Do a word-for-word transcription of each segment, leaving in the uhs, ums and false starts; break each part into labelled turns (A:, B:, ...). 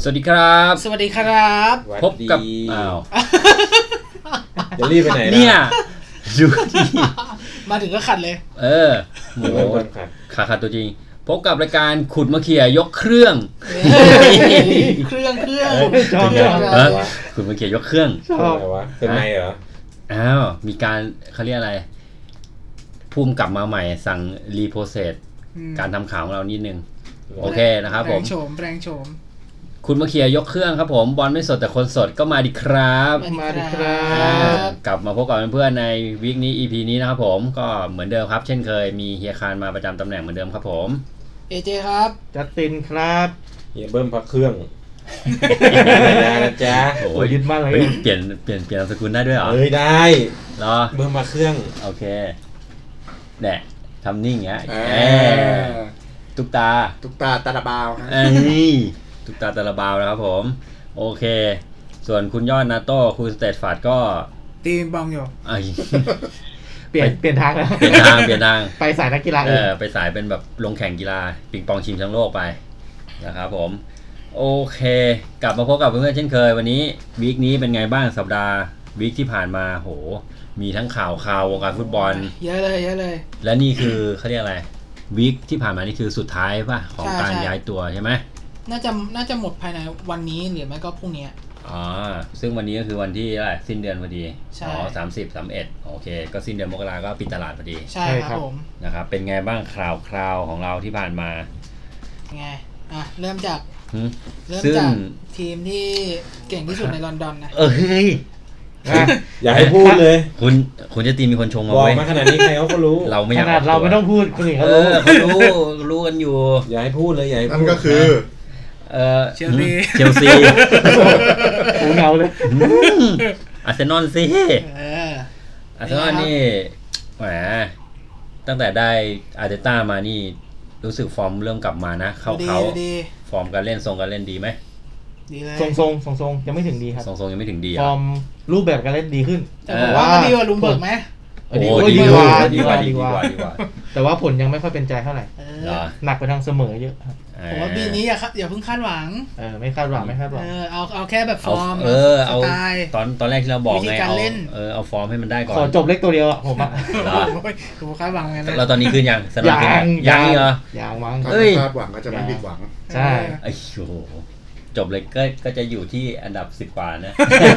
A: สวัสดีครับ
B: สวัสดีครับ
A: พบกับอ้าว
C: จะรีบไปไหน
A: เนี่ยอยู่ที่
B: มาถึงก็ขัดเลย
A: เออโหขาขาดตัวจริงพบกับรายการขุดมะเขียยกเครื่อง
B: เครื่องเครื่อง
A: ชอบขุดมะเขียยกเครื่อง
C: ชอบอะไรวะเป็นไงเหรอ
A: อ้าวมีการเขาเรียกอะไรพุ่มกลับมาใหม่สั่งรีโพเซสการทำข่าวของเรานิดนึงโอเคนะครับผม
B: แรงโฉมแรงโฉม
A: คุณมาเคลียร์ยกเครื่องครับผมบอลไม่สดแต่คนสดก็มาดิครับ
B: มาดิครับ
A: กลับมาพบกับเพื่อนๆในวีคนี้ อี พี นี้นะครับผมก็เหมือนเดิมครับเช่นเคยมีเฮียคารมาประจำตำแหน่งเหมือนเดิมครับผม
B: เอเจครับ
D: จัสตินครับ
C: เฮียเบิ้มพักเครื่องนะจ๊ะ
A: โอ้ยยึดมากเลยเปลี่ยนเปลี่ยนเปลี่ยนนามสกุลได้ด้วยเหรอ
C: เอ้ยได้
A: เหรอ
C: เบิ้มพักเครื่อง
A: โอเคแหละทำนิ่งเงี้ยตุ๊กตา
D: ตุ๊กตาตาตะบาว
A: ครับตุ๊กตาตาบาวนะครับผมโอเคส่วนคุณยอดนาโต้คุณสเตตฟาดก็
B: ตีมบองอยู่
D: เปลี่ยนเปลี่ยนทางแล้ว
A: เปลี่ยนทางเปลี่ยนทาง
D: ไปสายนักกีฬา
A: เออไปสายเป็นแบบลงแข่งกีฬาปิงปองชิงแชมป์โลกไปนะครับผมโอเคกลับมาพบกับเพื่อนๆเช่นเคยวันนี้วีคนี้เป็นไงบ้างสัปดาห์วีคที่ผ่านมาโหมีทั้งข่าวข่าววงการฟุตบอล
B: เยอะเลยเยอะเลย
A: และนี่คือเขาเรียกอะไรวีคที่ผ่านมานี่คือสุดท้ายป่ะของการย้ายตัวใช่ไหม
B: น่าจะน่าจะหมดภายในวันนี้หรือไม่ก็พรุ่งนี้
A: อ๋อซึ่งวันนี้ก็คือวันที่อะไรสิ้นเดือนพอดีอ๋อสามสิบ สามสิบเอ็ดโอเคก็สิ้นเดือนมกราก็ปิดตลาดพอดี
B: ใช่ครับผม
A: นะครับเป็นไงบ้างข่าวคราวของเราที่ผ่านมา
B: ไงอ่ะเริ่มจากเริ่มจากทีมที่เก่งที่สุดในลอนดอนนะ
A: เออเฮ้ย
C: อย่าให้พูดเลย
A: คุณคุณจะตีมีคนชง
C: มาไว้บอกมาขนาดนี้ใครเขาก็รู้
A: เราไม่อยาก
D: เราไม่ต้องพูดคนอื่นเขา
A: รู้เขารู้รู้กันอยู่
C: อย่าให้พูดเลยอย่าให้พูด
D: นั่นก็คือ
A: เออ
B: เชลซี
A: เชลซี
D: โอ้เงาเลย
A: อาร์เซนอลสิอาร์เซนอลนี่แหมตั้งแต่ได้อาร์เตต้ามานี่รู้สึกฟอร์มเริ่มกลับมานะเข้าเขาฟอร์มการเล่นทรงการเล่นดีไหม
B: ดีเลย
D: ทรงทรงทรงทรงยังไม่ถึงดีครับ
A: ทรงทรงยังไม่ถึงดี
D: ฟอร์มรูปแบบการเล่นดีขึ้น
B: แต่ผมว่าดีกว่าลุงเบิร์กไหม
A: โอ้ดีกว่าดีกว่าดีกว่าดีกว่า
D: แต่ว่าผลยังไม่ค่อยเป็นใจเท่าไหร่หนักไปทางเสมอเยอะ
B: ผมว่าปีนี้อย่าอย่าเพิ่งคาดหวัง
D: เออไม่คาดหวังไม่คาดหวัง
B: เออเอาเอาแค่แบบฟอร์ม
A: เออเอาตอนตอนแรกที่เราบอกไงเอาเออเอาฟอร์มให้มันได้ก่อน
D: ขอจบเล็กตัวเดียวอ่ะผมอ่ะ
B: ผมคาดหวังไง
A: แล้วตอนนี้ขึ้นยัง
D: สนามยัง
A: ยังเหรอ
D: ยังมั้ง
E: คาดหวังก็จะไม่ผิดหวัง
D: ใช่
A: ไอ้โหจบเลยก็ก็จะอยู่ที่อันดับสิบกว่านะ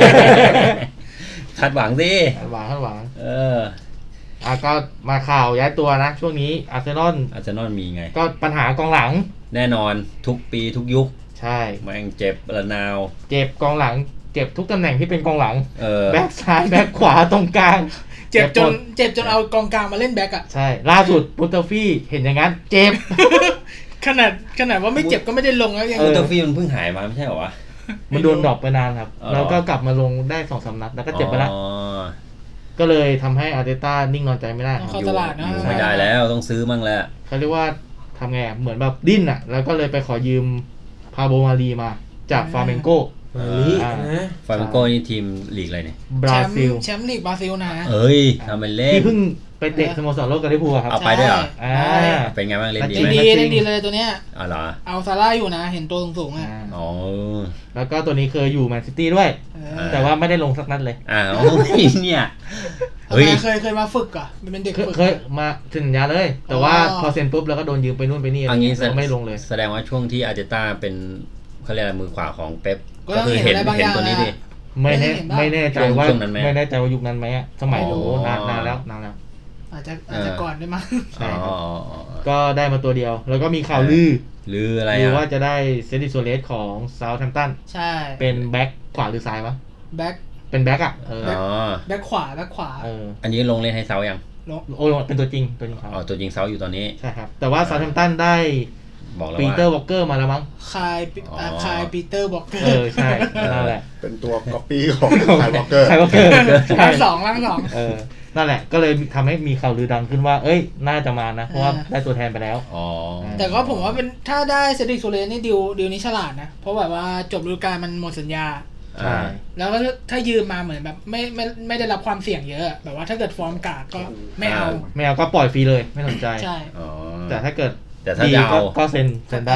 A: คาดหวังสิ
D: คาดหวังคาดหวัง
A: เออ
D: อ่ะก็มาข่าวย้ายตัวนะช่วงนี้อาร์เซนอล
A: อาร์เซนอลมีไง
D: ก็ปัญหากองหลัง
A: แน่นอนทุกปีทุกยุค
D: ใช่
A: แม่งเจ็บระนาว
D: เจ็บกองหลังเจ็บทุกตำแหน่งที่เป็นกองหลัง
A: เออ
D: แบ็คซ้ายแบ็คขวาตรงกลาง
B: เจ็บจนเจ็บจนเอากองกลางมาเล่นแบ็คอ่ะ
D: ใช่ล่าสุดบูตเตอร์ฟี่เห็นอย่างนั้นเจ็บ
B: ขนาดขนาดว่าไม่เจ็บก็ไม่ได้ลงแล้วยัง
A: บูตเตอร์ฟี่มันเพิ่งหายมาไม่ใช่เหรอวะ
D: มันโดนดรอปไปนานครับแล้วก็กลับมาลงได้ สองสาม นัดแล้วก็เจ็บไปแล้วก็เลยทำให้อาร์เตต้านิ่งนอนใจไม่ได้
B: เข้าตลาดนะ
A: ไม่ได้แล้วต้องซื้อมั่งแล้ว
D: เขาเรียกว่าทำไงเหมือนแบบดิ้นอ่ะแล้วก็เลยไปขอยืมพาโบมารีมาจากฟาเมนโก
C: ลีก
A: นะฟาเมนโกนี่ทีมลีกอะไรเนี่ย
D: บราซิล
B: แชมป์ลีกบราซิลนะ
A: เอ้ยทำเป็นเล่น
D: ที่เพิ่งไปเตะสโมสรโลกกับลิเวอร์พูลครับ
A: เอาไปด้วยเหรออ่าเป็นไงบ้างเล่นดี
B: ไหมเล่นดีเลยตัวเนี้ย
A: อ๋อเหรอ
B: เอาซาร่าอยู่นะเห็นตัวสูงๆอ่ะ
A: อ๋อ
D: แล้วก็ตัวนี้เคยอยู่แมนซิตี้ด้วยแต่ว่าไม่ได้ลงสักนัดเลย
A: อ้าวเนี่ย
B: เฮ้ยเคยเคยมาฝึกอ่ะเป็นเด็กฝึก
D: เคยมาถึงยาเลยแต่ว่าพอเซ็นปุ๊บแล้วก็โดนยืมไปนู่นไปนี่อะไรไม่ลงเลย
A: แสดงว่าช่วงที่อาร์เตต้าเป็นเขาเรียกอะไรมือขวาของเป๊ปก็คือเห็นเห็นตัวนี้ดิ
D: ไม่แน่ไม่แน่ใจว่าไม่แน่ใจว่ายุคนั้นไหมอ่ะสมัยโอ้นานนานแล้วนานแล้ว
B: อาจจะอาจจะก่อนได้มั้ง
D: ใช่ก็ได้มาตัวเดียวแล้วก็มีข่าวลือ
A: ลืออะไร
D: อ่ะลือว่าจะได้เซนติโซเลสของเซาท์แฮมป์ตัน
B: ใช่
D: เป็นแบ็คขวาหรือซ้ายวะ
B: แบ็ค
D: เป็นแบ็คอ่ะเออ
B: แบ็คขวาแบ็คขวา
D: เออ
A: อันนี้ลงเล่นให้เซาท์ยัง
D: โอ้เป็นตัวจริงตัวจริงเขา
A: อ๋อตัวจริงเซาท์อยู่ตอนนี้
D: ใช่ครับแต่ว่าเซาท์แฮมป์ตันได้ปีเตอร์วอลเกอร์มาแล้วมั้ง
B: คายคายปีเตอร์วอลเกอร์
D: เออใช่นั่นแหละ
E: เป็นตัวก๊อปปี้ของคายวอลเกอร์
D: คายวอลเกอร์
B: ร่างสองร่างสอง
D: เออนั่นแหละก็เลยทำให้มีข่าวลือดังขึ้นว่าเอ้ยน่าจะมานะเพราะว่าได้ตัวแทนไปแล้ว
A: อ๋อ
B: แต่ก็ผมว่าเป็นถ้าได้เซดริกโซเลสนี่ดิวดิวนี้ฉลาดนะเพราะแบบว่าจบฤดูกาลมันหมดสัญญา
D: ใช่
B: แล้วก็ถ้ายืมมาเหมือนแบบไม่ไม่ไม่ได้รับความเสี่ยงเยอะแบบว่าถ้าเกิดฟอร์มกากก็ไม่เอา
D: ไม่เอาก็ปล่อยฟรีเลยไม่สนใจ
B: ใช่
D: แต่ถ้าเกิด
A: แต่ถ้าจะเอา
D: ก็เซ็นเซ็นได้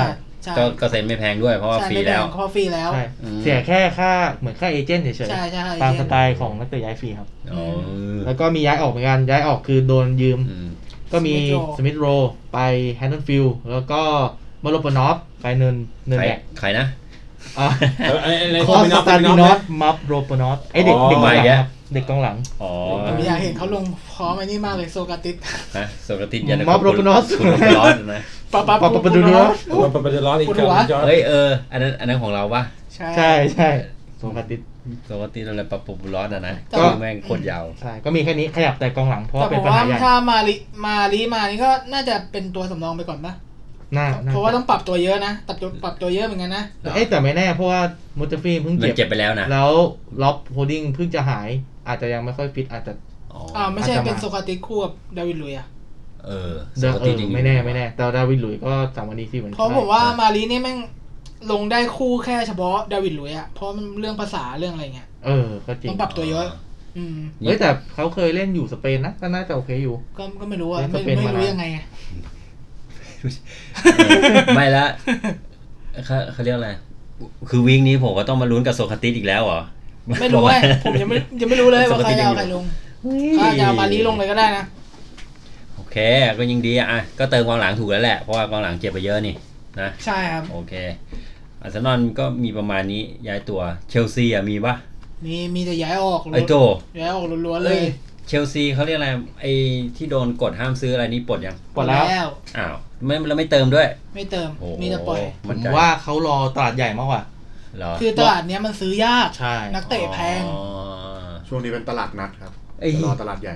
B: ใช่
A: ก็ก็เซ็นไม่แพงด้วยเพราะว่า
B: ใช่
A: ฟรี
B: ไม่
A: แล้ว
B: พงเพราะฟรีแล้ว
D: ใช่
A: อืม
D: เสียแค่ค่าเหมือนค่าเอเจนต์เฉย
B: ใช่ใช่
D: ๆตามสไตล์ของนักเตะย้ายฟรีครับ
A: อ๋อ
D: แล้วก็มีย้ายออกเหมือนกันย้ายออกคือโดนยืม
A: อืม
D: ก็มีสมิธโรไปแฮนด์ฟิลด์แล้วก็มาโลปานอฟไปเนินเนิน
A: ใคร
D: แบก
A: ใครนะ
D: อ่ะ
C: เออไอ้ไอ้
D: คอสตาดินอสมัฟโรปานอฟไอเด็ก
C: อ๋อ
D: เด็กกองหลัง
A: มาอีกแล้ว
D: ครับเด็กกองหลัง
A: อ๋อ
B: ผมอยากเห็นเขาลงพร้อมไอ้นี่มากเลยโซกาติส
A: ฮะโซกราติสยัน
D: มอบโรปานอส
A: คุณโรปานอสนะ
B: ปะปะ
D: ปะปะปะดูดู
C: มันเป็นประเด็นร้อนอีก
B: ปวด
C: ค
B: หัว
C: รับจอร์จ
A: เฮ้ยเอออันนั้นอันนั้นของเราปะ
B: ใช่
D: ใช่ใช่โซคาติส
A: โซกราติสอะไรปะปูร้อนอะนะ
B: แต่
A: ก็
B: ว่า
A: แม่งโคตรยาว
D: ใช่ก็มีแค่นี้ขยับแต่กองหลังเพราะ
B: แต่
D: ว่า
B: ผ
D: เป็น
B: ม
D: ปัญ
B: ว่า
D: หาใหญ่
B: ถ้ามาลิมาลิมานี่ก็น่าจะเป็นตัวสำรองไปก่อนปะ
D: น่าน่
B: เพราะว่าต้องปรับตัวเยอะนะปรับตัวปรับตัวเยอะเหมือนกันนะ
D: เอ้ยแต่ไม่แน่เพราะว่ามูตฟี่เพิ่ง
A: มัน
D: เจ็บ
A: เจ็บไปแล้วนะ
D: แล้วล็อบโฮดดิ้งเพิ่งจะหายอาจจะยังไม่ค่อยฟิตอาจจะ
A: อ๋อ
B: อ้าวไม่ใช่
D: อาจจะมา
B: เป็นโซกาติสคู่กับดาวิดลุยอะ
A: เออ
D: เดอ
A: โซกรา
D: เอ
A: ติส
D: อ
A: ยังอยู่
D: ไม่แน่ไม่แน่แต่ดาวิดหลุยส์ก็สามวันนี้ที่เหมือน
B: เพราะผมว่ามาลินี่แม่งลงได้คู่แค่เฉพาะดาวิดลุยอะเพราะมันเรื่องภาษาเรื่องอะไรเงี้ย
D: เออก็จริง
B: ต้องปรับตัวเยอะ อืม
D: เฮ้ยแต่เขาเคยเล่นอยู่สเปนนะก็น่าจะโอเคอยู่
B: ก็ก็ไม่รู้อะ
D: เล่น
B: ไม่
D: สเปน
B: ไม่
D: มานาน
B: รู้ยังไงอะ
A: เออไม่ละเขาเขาเรียกอะไร คือวีคนี้ผมก็ต้องมาลุ้นกับโซคราติสอีกแล้วเหรอ
B: ไม่รู้เว้ยผมยังไม่ยังไม่รู้เลยว่าใครจะเอาใครลงถ้าจะเอามาลีลงเลยก็ได้นะ
A: โอเค ก็ยังดีอ่ะก็เติมกองหลังถูกแล้วแหละเพราะว่ากองหลังเจ็บไปเยอะนี่นะ
B: ใช่ครับ
A: โอเคอาร์เซนอลก็มีประมาณนี้ย้ายตัวเชลซีอ่ะมีปะ
B: มีมีแต่ย้ายออก
A: ไอโจ
B: ย้ายออกล้วนๆเล
A: เอ้
B: ย
A: ยเชลซีเขาเรียกอะไรไอที่โดนกดห้ามซื้ออะไรนี่ปลดยัง
D: ปลดแล้ว
A: อ้าวไม่แล้วไม่เติมด้วย
B: ไม่เติม
A: โอ้
B: มีแต่ปล่อย
D: ผ
A: มัน
D: ม
A: ใจ
D: ว่าเขารอตลาดใหญ่มากกว่า
A: เหรอ
B: คือตลาดเนี้ยมันซื้อยาก
D: ใช่
B: นักเตะแพง
A: อ๋อ
E: ช่วงนี้เป็นตลาดนัดครับ
A: เอ้ย
E: รอตลาดใหญ่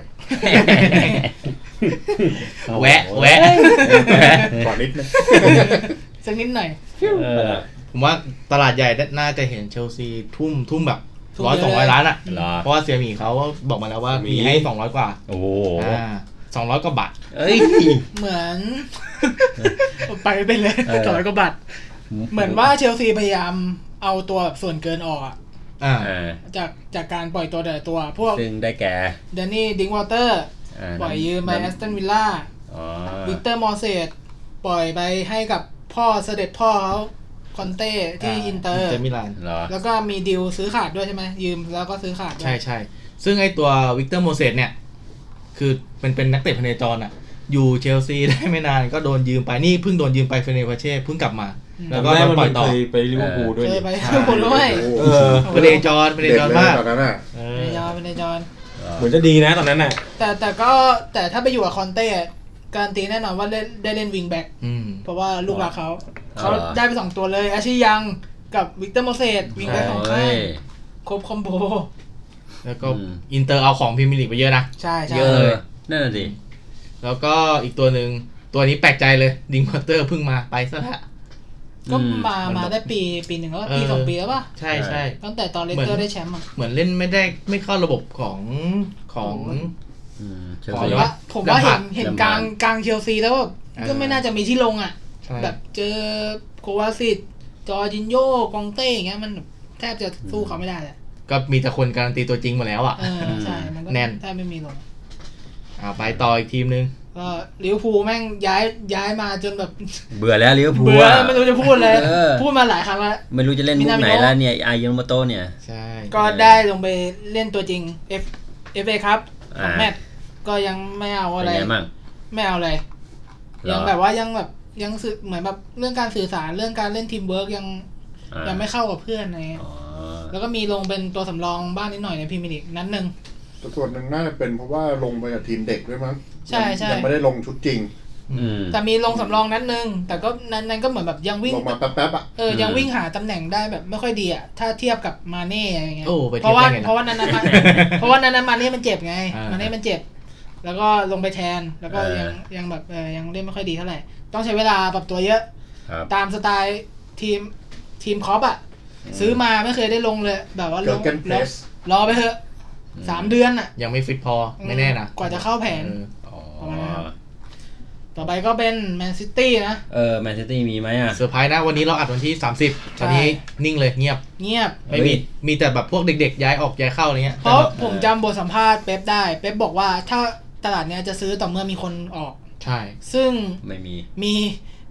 D: แวะแวะ
E: ก่อนนิดนึง
B: สักนิดหน่อย
A: เออ
D: ผมว่าตลาดใหญ่น่าจะเห็นเชลซีทุ่มทุ่มแบบ
B: ทุ่ม
D: ร้อย
B: เย
D: สอง
B: อะ
D: ร้อยล้านอ่ะ
A: เหรอ
D: เพราะว่าเสียหมีเขาบอกมาแล้วว่ามีให้สองร้อยกว่า
A: โอ้โห
D: อ่าสองร้อยกว่าบาท
A: เอ้ย
B: เหมือน ไปไปเลย
A: เออ
B: ต่อยก็บัตรเหมือนว่าเชลซีพยายามเอาตัวแบบส่วนเกินออกอะ
D: อ่า
A: อ่า
B: จากจากการปล่อยตัวแต่ละตัว พวก
A: ซึ่งได้แก่
B: เดนนี่ดิงวอเตอร์
A: า
B: ปล่อยยืมไปแอ
A: นั้น
B: สตันวิลล่า
A: อ๋อ
B: วิกเตอร์มอร์เซตปล่อยไปให้กับพ่อเสด็จพ่อเขาคอนเต้ที่อินเตอร์
D: เจมิลาน
A: เหรอ
B: แล้วก็มีดีลซื้อขาดด้วยใช่ไหมยืมแล้วก็ซื้อขาดด้วย
D: ใช่ใช่ซึ่งไอตัววิกเตอร์โมเสสเนี่ย คือเป็นเป็นนักเตะพเนจรอ่ะ อยู่เชลซีได้ไม่นานก็โดนยืมไปนี่เพิ่งโดนยืมไปเฟเนร์บาเช่เพิ่งกลับมา แล้วก็
C: แม่
D: โด
C: มัน
D: นปล่อยต่อ
C: เคยไปลิเวอร์พูลด้วย
B: เคย
C: นี่
B: ไปทุกคนด้วย
C: เออ
D: พเนจรพเน
E: เด็ก
D: จร
E: เลย
D: มาก
E: ตอนนั้นอ่ะ
D: เอ
B: ใน
D: อ
B: จอนเป็นในจอน
C: เหมือนจะดีนะตอนนั้นน่ะ
B: แต่แต่ก็แต่ถ้าไปอยู่กับคอนเต้การนตีแน่นอนว่าได้ได้เล่นวิงแบ็ก
D: อืม
B: เพราะว่าลูกรักเขา
A: อ๋อ
B: เขาได้ไปสองตัวเลยอาชิยังกับวิกเตอร์โมเสสวิงแบ็กของ
A: เฮ้
B: ค่าย
A: ย
B: ครบคอมโบ
D: แล้วก็
A: อืม
D: อินเตอร์เอาของพรีเมียร์ลีกไปเยอะนะ
B: ใช่ใช่
A: เยอะเลยนั่นน่ะดิ
D: แล้วก็อีกตัวหนึ่งตัวนี้แปลกใจเลยดิงควอเตอร์เพิ่งมาไปซะแล้ว
B: ก็มามาได้ปีปีหนึ่งแล้ว
D: เออ
B: ปีสองปีแล้วป่ะ
D: ใช่ใช่
B: ตั้งแต่ตอนเลส
D: เหมื
B: เตอ
D: อน
B: ร์ได้แชมป์อ่ะ
D: เหมือนเล่นไม่ได้ไม่เข้าระบบของของ
A: อืมเชล
D: ขอ
A: ซี
D: เล
B: ผม
D: ย
B: ว่าผมว่า
D: ลำบา
B: เห็
D: ก
B: นเห็น
A: ลำบาก
B: กลางกลางเชลซีแล้วแบบ
D: อ่า
B: ก็ไม่น่าจะมีที่ลงอ่ะ
D: ใช่
B: แบบเจอโควาซิตจอร์จินโญ่กองเต้อย่างเงี้ยมันแทบจะสู้เขาไม่ได้เลย
D: ก็มีแต่คนการันตีตัวจริงหมดแล้วอ่ะ
B: เออใช่มันก็
D: แน่น
B: แทบไม่มีลง
D: อ่าไปต่ออีกทีมหนึ่ง
B: ก็ลิเวอร์พูลแม่งย้ายย้ายมาจนแบบ
A: เบื่อแล้วลิเวอร์พูล
B: เบื่อ
A: อะ
B: ไม่รู้จะพูดเลย
A: เออ
B: พูดมาหลายครั้งแล้ว
A: ไม่รู้จะเล่นมุกไหน
B: มินามิโนะ
A: แล้วเนี่ยอายโนโมโตะเนี่ย
D: ใช่
B: ก็ได้ลงไปเล่นตัวจริง F เอฟ เอ ครับสอง
A: อ่า
B: แมตช์ก็ยังไม่เอา
A: เป็
B: อะ
A: น
B: ไร
A: ไงบ้าง
B: ไม่เอาอะไร
A: เหรอ
B: ยังแบบว่ายังแบบยังสื่อเหมือนแบบเรื่องการสื่อสารเรื่องการเล่นทีมเวิร์กยัง
A: อ่า
B: ยังไม่เข้ากับเพื่อนอะไรเงี้ย
A: อ๋อ
B: แล้วก็มีลงเป็นตัวสำรองบ้างนิดหน่อยในพรีเมียร์ลีกนัดหนึ่ง
E: แต่ส่วนหนึ่งน่าจะเป็นเพราะว่าลงไปกับทีมเด็กด้วยมั้ง
B: ใช่ใช่
E: ยังไม่ได้ลงชุดจริง
A: อืม
B: แต่มีลงสำรองนัดหนึ่งแต่ก็นั้นนั้นก็เหมือนแบบยังวิ่ง
E: ลงมาแป๊บๆอ่ะ
B: เออยังวิ่งหาตำแหน่งได้แบบไม่ค่อยดีอ่ะถ้าเทียบกับมาเน่อะไรเงี้ย
D: โอ้ไป
B: เพ
D: เทียบ
B: ราะว่า
D: ได้ไง
B: เพราะว่านั้นนั้นมา เพราะว่านั้นนั้นมาเน่มันเจ็บไง
D: อ่า
B: มาเน่มันเจ็บ แล้วก็ลงไปแทนแล้วก็
A: เออ
B: ยังยังแบบเออยังเล่นไม่ค่อยดีเท่าไหร่ต้องใช้เวลาปรับตัวเยอะ
A: ครับ
B: ตามสไตล์ทีมทีมคอปอ่ะซื้อมาไม่เคยได้ลงเลย แบบว่าล
E: เกิ
B: ง
E: ร์เกนเพ
B: ร
E: ร
B: อ
E: ส
B: รอไปเถอะสามเดือนอ่ะ
D: ยังไม่ฟิตพอไม่แน่นะ
B: กว่าจะเข้าแผน
D: เออ
A: อ๋อ
B: ประมาณนั้นครับ ต่อไปก็เป็นแมนซิตี้นะ
A: เออแมนซิตี้มีไหมอ่ะ
D: เซอร์ไพรส์นะวันนี้เราอัดวันที่สามสิบตอนนี้นิ่งเลยเงียบ
B: เงียบ
D: ไม่มี
A: เฮ้ย
D: มีแต่แบบพวกเด็กๆ ย้ายออกย้ายเข้าอะไรเงี้ย
B: เพราะ
D: แต่แบบ
B: ผมจำบทสัมภาษณ์เป๊ปได้ เป๊ปบอกว่าถ้าตลาดเนี้ยจะซื้อต่อเมื่อมีคนออก
D: ใช่
B: ซึ่ง
A: ไม่มี
B: มี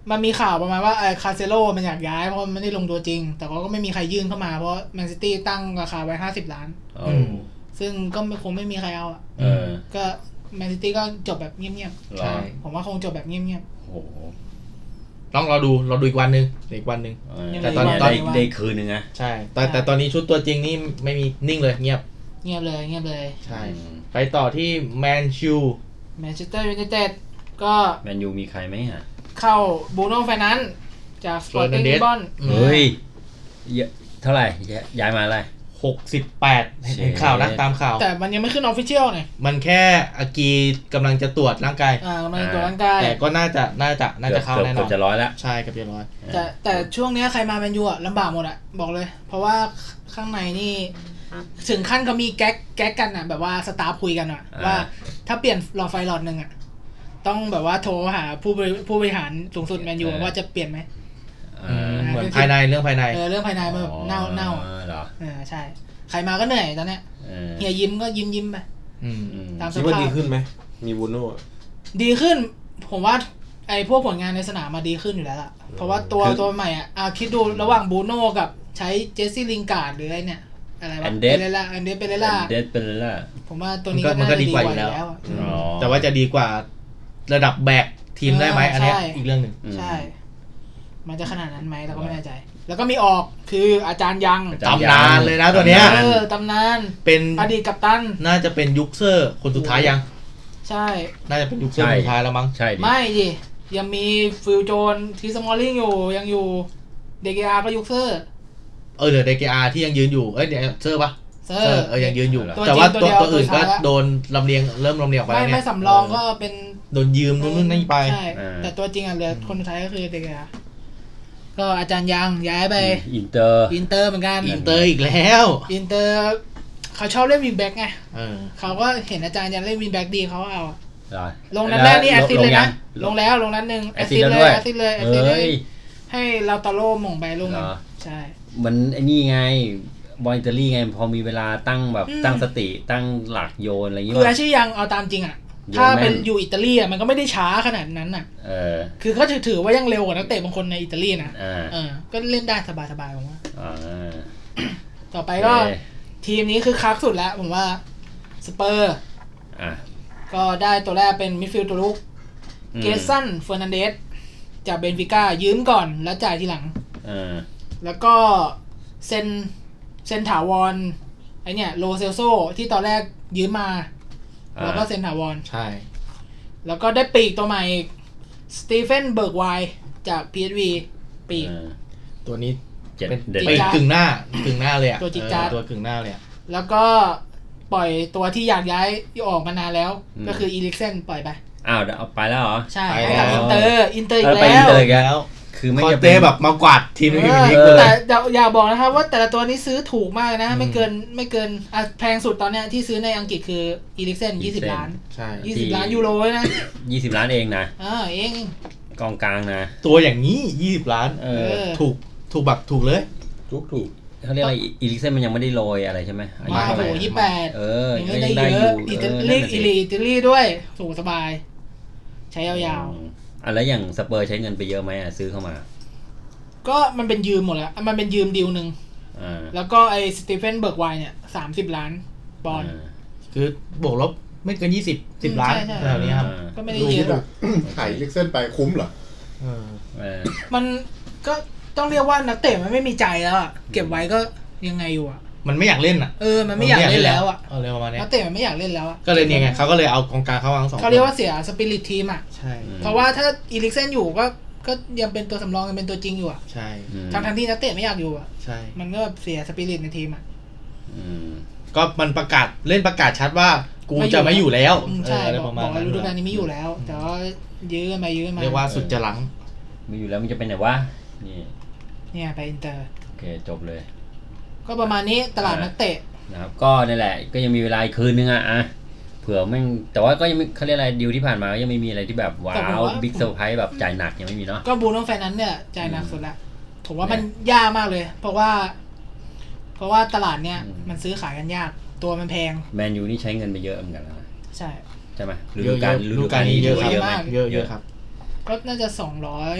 B: มันมีข่าวประมาณว่าไอ้คาเซโลมันอยากย้ายเพราะมันไม่ได้ลงตัวจริงแต่ก็ไม่มีใครยื่นเข้ามาเพราะแมนซิตี้ตั้งราคาไว้ห้าสิบล้าน
A: เอา
D: อืม
B: ซึ่งก็คงไม่มีใครเอาอ่ะ
A: เออ
B: ก็แมนซิตี้ก็จบแบบเงียบ
A: เหรอ
D: ใช่
B: ๆผมว่าคงจบแบบเงียบ
A: โอ้โห
D: ต้องรอดูรอดูอีกวันหนึ่งอีกวันหนึ่ง
A: เออ
D: แต่ตอน
A: ได้
D: ตอน
A: ได้คืนนึงนะ
D: ใช่ แต่แต่ตอนนี้ชุดตัวจริงนี่ไม่มีนิ่งเลยเงียบ
B: ๆเงียบเลยเงียบเลย
D: ใช่
A: อืม
D: ไปต่อที่แมนชู
B: แมนเชสเตอร์ยูไนเต็ดก็
A: แมนยูมีใครไหมอ่ะ
B: เข้าบูโน่ไฟนันซ์จากสปอร์ติ้งลิสบอน
A: เฮ้ยเยอะเท่าไหร่ย้ายย้ายมาอะไร
D: หกสิบแปดเห็นข่าวนะตามข่าว
B: แต่มันยังไม่ขึ้นออฟฟิเชียลไง
D: มันแค่อากีกำลังจะตรวจร่างกาย
B: อ่ากำลังตรวจร่างกาย
D: แต่ก็น่าจะน่าจะน่าจะเข้า
A: กือบ
D: แน่น
A: กื
D: อบ น
A: จะร้อยแล้ว
D: ใช่กับเรียบร้อย
B: แต่แต่ช่วงเนี้ยใครมาแมนยูอะลำบากหมดอะบอกเลย เพราะว่าข้างในนี่ถึงขั้นเขามีแก๊กแก๊กกันอะแบบว่าสตาฟคุยกันอะ
A: อ่า
B: ว่าถ้าเปลี่ยนหลอดไฟหลอดหนึ่งอะต้องแบบว่าโทรหาผู้บริผู้บริหารสูงสุดแมนยูว่าจะเปลี่ยนไหม
A: เอ
D: อื
A: อ
D: มเหมือนภายในเรื่องภายใน
B: เออเรื่องภายในมันแบบเน่าเน่า
A: อ๋อเหรอ
B: เออใช่ ใครมาก็เหนื่อยตอนเนี้ย
A: เออ
B: เฮียยิ้มก็ยิ้มยิ้มไป
D: อืม
A: อืม
B: ตามส
C: คิดว่า
B: ภา
C: ดี
B: พ
C: ขึ้นไหมมีบูโน่อะ
B: ดีขึ้น ผมว่าไอ้พวกผลงานในสนามมาดีขึ้นอยู่แล้วล่ะเพราะว่าตัวตัวใหม่อ่ะอ่ะคิดดูระหว่างบูโน่กับใช้เจสซี่ลิงการ์ดหรืออะไรเนี่ยอะไรวะ
A: แอนเดส
B: เปเรล่าแอนเดสเปเรล่า
A: เดดเป็นเลยล่ะ
B: ผมว่าตัวนี้
D: มันก็
B: ก็น่า
D: มันก็
B: จะ
D: ดี
B: ดี
D: ก
B: ก
D: ว่า
B: ว่า
D: อ
B: อยู่ ยู่
D: แล้ว
B: แล้วอะ
A: อ๋อ
D: แต่ว่าจะดีกว่าระดับแบกทีมได้ไหม
B: เอออั
D: อันเนี้ย
B: ใช่
D: อีกเรื่องหนึ่ง
A: อืม
B: ใช่ มันจะขนาดนั้นไหมเราก็ไม่แน่ใจ แล้วก็มีออกคืออาจารย์ยัง
A: อาจารย์
D: ตำนานเลยนะตัวเนี้ย
B: เออตำนาน
D: เป็น
B: อดีตกัปตัน
D: น่าจะเป็นยุคเซอร์คนสุดท้ายยัง
B: ใช่
D: น่าจะเป็นยุคเซอร์คนสุดท้ายแล้วมั้ง
A: ใช่ดิ
B: ไม่ดิยังมีฟิลโจนทีสมอลลิงอยู่ยังอยู่เดกอาก็ยุคเซอร์
D: เออเหลือเดกอาที่ยังยืนอยู่เอ้ยเดี๋ยวเซอร์ปะ
B: เซอ
D: เซอ
B: ร์
D: ร์เออยังยืนอยู่
B: ตัว
D: แต่ว่า
B: จริ
D: ตัว
B: งตัวเดียว
D: ตัวอื่น
B: ตัว
D: ก็
B: ท้ายแล้ว
D: โดนลำเลียงเริ่มลำเลียงไป
B: ไม่
D: แล้วเนี่ย
B: ไม่สำรองก็เป็น
D: โดนยืมนู่นนู่นนี่ไป
B: ใช่แต่ตัวจริงอ่ะเหลือคนสุดท้ายก็คือเดกอาก็อาจารย์ยังย้ายไป
A: อินเตอร์
B: อินเตอร์เหมือนกัน
D: อินเตอร์อีกแล้ว
B: อินเตอร์เขาชอบเล่นวิงแบ็กไง
D: เออ
B: เขาก็เห็นอาจารย์ยังเล่นวิงแบ็กดีเขาเอา
A: เหรอ
B: ลงนัดแรกนี่แอสซิสเลยนะ
A: ง
B: ลงแล้วลงนัดหนึ่ง
A: แอ
B: แอ
A: ส
B: ส
A: ซิ
B: ซิ
A: ส
B: ส
A: แล้ว
B: เล
A: ด้วย ย
B: แอสซิสเลยแอสซิสเล
A: เฮ้
B: ย
A: ย
B: ให้ลาตาโร่หม่งไปลง
A: เหรอ
B: ใช่
A: มันไอ้นี่ไงบอลอิตาลีไงพอมีเวลาตั้งแบบ
B: อืม
A: ตั้งสติตั้งหลักโยนอะไรอย่างเงี้
B: คือย อาชีพยังเอาตามจริงอ่ะ
A: โยน
B: ถ้าเป็น
A: แม่น
B: อยู่อิตาลีอ่ะมันก็ไม่ได้ช้าขนาดนั้นอ่ะ
A: เออ
B: คือเขาถือถือว่ายังเร็วกว่านักเตะบางคนในอิตาลีนะ
A: อ่า
B: เออ ก็เล่นได้สบายๆผมว่า
A: อ่า
B: ต่อไปก็
A: โอเค
B: ทีมนี้คือคักสุดแล้วผมว่าสเปอร์
A: อ่ะ
B: ก็ได้ตัวแรกเป็นมิดฟิลด์ตัวลุก
A: อืม
B: เกสันเฟอร์นันเดสจากเบนฟิก้ายืมก่อนแล้วจ่ายทีหลัง
A: เออ
B: แล้วก็เซนเซนถาวรไอเนี่ยโลเซลโซที่ตอนแรกยืมมา
A: อ่า
B: แล้วก็เซนถาวร
D: ใช่
B: แล้วก็ได้ปีกตัวใหม่สตีเฟนเบิร์กไวจาก พี เอส วี ปีก
A: เออ
D: ตัวนี้
A: เจ็ด
D: เป็น
A: เด็ด
D: ไป
B: จิ๊กจ๊าด
D: กึ่งหน้ากึ่งหน้าเลยอะ
B: ตัวจิ๊กจ๊าด
D: เออตัวกึ่งหน้าเลยอะ
B: แล้วก็ปล่อยตัวที่อยากย้ายที่ออกมานานแล้ว ก็คืออีลิกเซนปล่อยไป
A: อ้าวเดี๋ยวเอาไปแล้วเหรอ
B: ใช่ให้กับอินเตอร์อินเตอร์อี
A: เออก ไป
B: แล้
A: อิน
B: ว
A: เตอร์อีกแล้ว
D: แล้ว
A: คือไม่
D: คอน
A: จะ
D: เต้
A: เป็น
D: แบบมากวาดทีมนี้
B: เอ
D: ที
B: อ
D: นี้กูเล
B: แต่
D: ย
B: อย่าอย่าบอกนะครับว่าแต่ละตัวนี้ซื้อถูกมากนะ
D: อืม
B: ไม่เกินไม่เกินอ่ะแพงสุดตอนเนี้ยที่ซื้อในอังกฤษคืออีลิกเซนยี่สิบล้าน
D: ใช่
B: ยี่สิบล้านยูโรเลยนะ
A: ยี่สิบล้านเองนะ
B: อ่าเอง
A: กองกลางนะ
D: ตัวอย่างนี้ยี่สิบล้าน
A: เอ
B: เอ
A: อ
B: อ
D: ถูกถูกแบบถูกเลย
C: ทุกถูก
A: เขาเรียกอะไรอีลิกเซนมันยังไม่ได้โรยอะไรใช่ไหมอายุ
B: มา
A: เท่าไห
B: โห
A: ร่
B: ยี่แปด
A: เออ
B: ยัง
A: ก็
B: ไม่
A: ยั
B: ได้
A: งได้
B: เย
A: อยู่
B: อะอิ
A: เอ
B: ตา
A: อ
B: ลี
A: นั่นน่ะ
B: อิ
A: สิ
B: ลีอิตาลีด้วยถูกสบาย ใช้ยาว
A: อืมอ่ะแล้วอย่างสเปอร์ใช้เงินไปเยอะไหมอ่ะซื้อเข้ามา
B: ๆ ก็มันเป็นยืมหมดแล้วมันเป็นยืมดีลหนึ่ง
A: อ่า
B: แล้วก็ไอ้สตีเฟนเบิร์กไวเนี่ยสามสิบล้านปอนด์
A: า
D: คือบวกลบไม่เกินยี่สิบสิบ
B: อืม
D: ล้าน
B: ใช่ใช่
D: แถวนี้ครับ
B: ก็ไม่ได้
E: ดู
B: เย
E: คิด
B: อะ
E: อ่ะ ขายลิกเส้นไปคุ้มเหรอ
D: เออ
A: เออ
B: มันก็ต้องเรียกว่านักเตะมันไม่มีใจแล้วอะเก็บไว้ก็ยังไงอยู่อะ
D: มันไม่อยากเล่นอ่ะ
B: เออมันไม่อยากเล่นแล้วอะ
D: เออเลยประมาณเนี้ย
B: นักเตะมันไม่อยากเล่นแล้วอะ
D: ก็เลยเนี่ยไงเขาก็เลยเอากองกลางเข้าวางสอง
B: เขาเรียกว่าเสียสปิริตทีมอะ
D: ใช่
B: เพราะว่าถ้าอีลิกเซนอยู่ก็ก็ยังเป็นตัวสำรองยังเป็นตัวจริงอยู่อะ
D: ใช่
A: อืม
B: ทั้งทั้งๆที่นักเตะไม่อยากอยู่อะ
D: ใช่
B: มันก็แบบเสียสปิริตในทีมอะ
A: อืม
D: ก็มันประกาศเล่นประกาศชัดว่ากูจะไม่อยู่แล้ว
B: อืม
D: เอ
B: ใช่
D: ออะไร
B: บ
D: ป
B: อก
D: ระมา
B: บ
D: ณ
B: อกว่า
D: นั้น
B: ฤดูกาลนี้ไม่อยู่แล้ว แต่ว่ายื้อกันไปยื้อกันมา
D: เรียกว่าสุดจะหลัง
A: ไม่อยู่แล้วมันจะเป็นไหนวะนี่
B: เนี่ยไปอินเตอร์
A: โอเคจบเลย
B: ก็ประมาณนี้ตลาดนักเตะ
A: นะครับก็นั่นแหละก็ยังมีเวลาอีกคืนนึงอ่ะอ่ะเผื่อแม่งแต่ว่าก็ยังไม่เขาเรียกอะไรดิวที่ผ่านมาก็ยังไม่มีอะไรที่แบบว้า
B: แต่ผม
A: ว
B: ว่า
A: บิ๊กเซอร์ไพรส์แบบจ่ายหนักยังไม่มีเนาะ
B: ก็บูโน่ไฟนั้นเนี่ยจ่ายหนักสุดละผมว่า
A: เนี่ย
B: มันยากมากเลย เพราะว่า เพราะว่าตลาดเนี่ย
A: อืม
B: มันซื้อขายกันยาก ตัวมันแพง
A: แมนยูนี่ใช้เงินไปเยอะเหมือนกันนะ
B: ใช่
A: ใช่ไหมฤ
D: เย
A: ดู
D: อะ
A: กาล
D: ๆ
A: ฤดูกาลนี้
D: เยอะ
A: ถื
D: ครับ
A: ว่าเยอะไหม
D: เยอะเยอะครับ
B: ก็น่าจะสองร้อย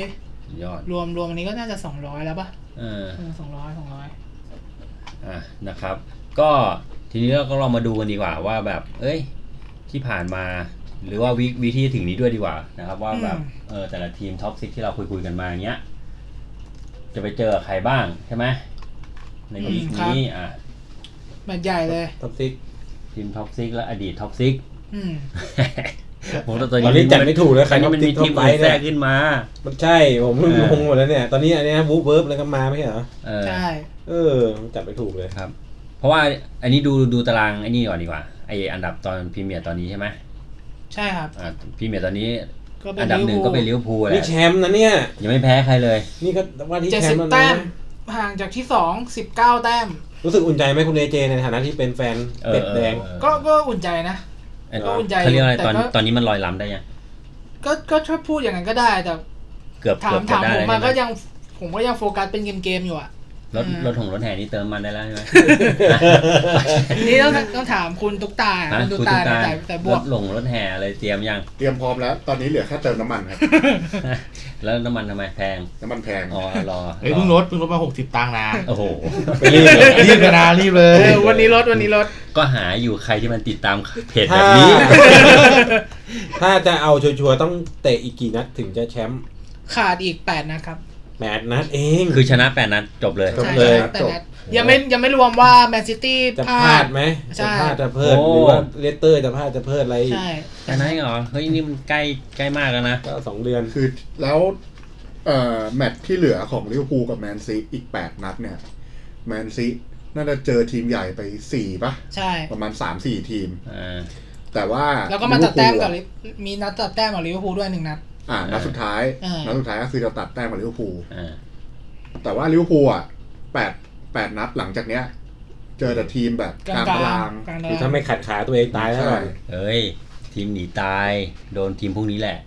A: ยอด
B: รวมรวมอันนี้ก็น่าจะสองร้อยแล้วป่ะ
A: เออ
B: เออสองร้อยสองร้อย
A: อ่ะนะครับ ก็ทีนี้เราก็ลองมาดูกันดีกว่าว่าแบบ เอ้ยที่ผ่านมา หรือว่าวิวิธีถึงนี้ด้วยดีกว่านะครับว่าแบบเออแต่ละทีมท็อปซิกที่เราคุยคุยกันมาอย่างเงี้ยจะไปเจอใครบ้างใช่ไหมในวีคนี้อ่ะ
B: แมตช์ใหญ่เลย
C: ท็อปซิก
A: ทีมท็อปซิกและอดีตท็อปซิก
B: อืม
A: ผมต
C: ต
A: อ
C: อน นนี้จัดไม่ถูกเลยใคร
A: ตอนนี้มันมีทีมอื่นแทรกขึ้นมา
C: มันใช่ผมเพิ่งงงหมดแล้วเนี่ยตอนนี้อันนี้วูฟเวิร์บแล้วก็มาไม่ใช่เหรอ
A: เออ
B: ใช่
C: เออจัดไม่ถูกเลย
A: ครับ เพราะว่าอันนี้ดูดูตารางไอ้นี่ก่อนดีกว่าไออันดับตอนพรีเมียร์ตอนนี้ใช่ไหม
B: ใช่ครับ
A: อ่าพรีเมียร์ตอนนี้
B: ก็เป็น
A: อันดับหนึ่งก็เป็นลิเวอร์พูลแห
C: นี่
A: ละ
C: แชมป์นะเนี่ย
A: ยังไม่แพ้ใครเลย
C: นี่ก็ว่าที่
B: เจ็ด
C: แช
B: สิ
C: ม
B: บ
C: ป์แล้ว
B: แต้
C: นะ
B: มห่างจากที่สองสิบเก้าแต้ม
C: รู้สึกอุ่นใจไหมคุณเอเจในฐานะที่เป็นแฟน
A: เออ
C: เป็ดแดง
A: เออ
B: ก็ก็อุ่นใจนะ
A: เออ
B: ก็อุ่นใจ
A: เขาเรียกอะไร
B: แต่
A: ตอน
B: ก็
A: ตอนนี้มันลอยล้ำได้ยัง
B: ก็ก็ถ้าพูดอย่างนั้นก็ได้แต่
A: เกือบ
B: ถา
A: เกื
B: ม
A: อบจะ
B: ถาม
A: ได้
B: ผม
A: แล้ว
B: มา
A: ใช่ไหม
B: ก็ยังผมก็ยังโฟกัสเป็นเกมเกมๆอยู่อ่ะ
A: รถ
B: อืม
A: รถของรถแห่นี่เติมมันได้แล้วใช่ไหม
B: นี่ต้องต้องถามคุณตุ๊กตา
A: ฮะ
B: คุณตุ๊
A: คุณ
B: กตา
A: ตุ๊กตา
B: แต่แต่บ
A: ร
B: วก
A: ถหลงรถแห่อะไรเตรียมยัง
E: เตรียมพร้อมแล้ว ตอนนี้เหลือแค่เติมน้ำมันครับ
A: แล้วน้ำมันทำไมแพง
E: น้ำมันแพง
A: อ๋อรอ
D: เฮ้ยเพิ่งลดเพิ่งลดมาหกสิบตังค์นะ
A: โอ้โห
C: ไปรีบเลย
D: รีบกันนะรีบเล
B: เอย อวันนี้ลดวันนี้ลด
A: ก็หาอยู่ใครที่มันติดตามเพจแบ
C: ถ้า
A: บนี้
C: ถ้าจะเอาชัวร์ๆต้องเตะอีกกี่นัดถึงจะแชมป์
B: ขาดอีกแปดนะครับ
C: แปดนัดเอง
A: คือชนะแปดนัดจบเลย
C: จบ
B: ใช่
C: เลย
B: ใช่แปดนัดยังไม่ยังไม่รวมว่าแมนซิตี้
C: จะ
B: พ
C: พ
B: ลา
C: ลา
B: ด
C: ดไหม
B: ใช่
C: จะพลาดจะเพิ่ม
A: โอ้
C: หรือว่าเลสเตอร์จะพลาดจะเพิ่มอะไรอีก
B: ใช่
A: ชนะเหรอเฮ้ยนี่มันใกล้ใกล้มากแล้วนะ
C: ก็สองเดือน
E: คือแล้วเอ่อแมตช์ที่เหลือของลิเวอร์พูลกับแมนซีอีกแปดนัดเนี่ยแมนซีน่าจะเจอทีมใหญ่ไปสี่ป่ะ
B: ใช่
E: ประมาณสามสี่ทีม
A: อ่า
E: แต่ว่า
B: แล้วก็มาตัดแต้มกับ
E: ลิเวอร์พูล
B: ลิมีนัดตัดแต้มกับลิเวอร์พูลด้วยหนึ่งนัด
E: อ่านัดสุดท้าย
B: อ่านั
E: นัดสุดท้ายก็คือจะตัดแต้มกับลิเวอร์พูล
A: อ่า
E: แต่ว่าลิเวอร์พูลอ่ะแปดแปดนัดหลังจากเนี้ย เจอแต่ทีมแบบ
B: ก
E: ก
B: ลา
E: ลาง งตาราง
B: กลาง
C: คือ
B: ตา
C: ถ้าร
B: าง
C: ไม่ขัดขาตัวเองตายแล้ว
E: ใช่
A: เอ้ย ทีมหนีตายโดนทีมพวกนี้แหละ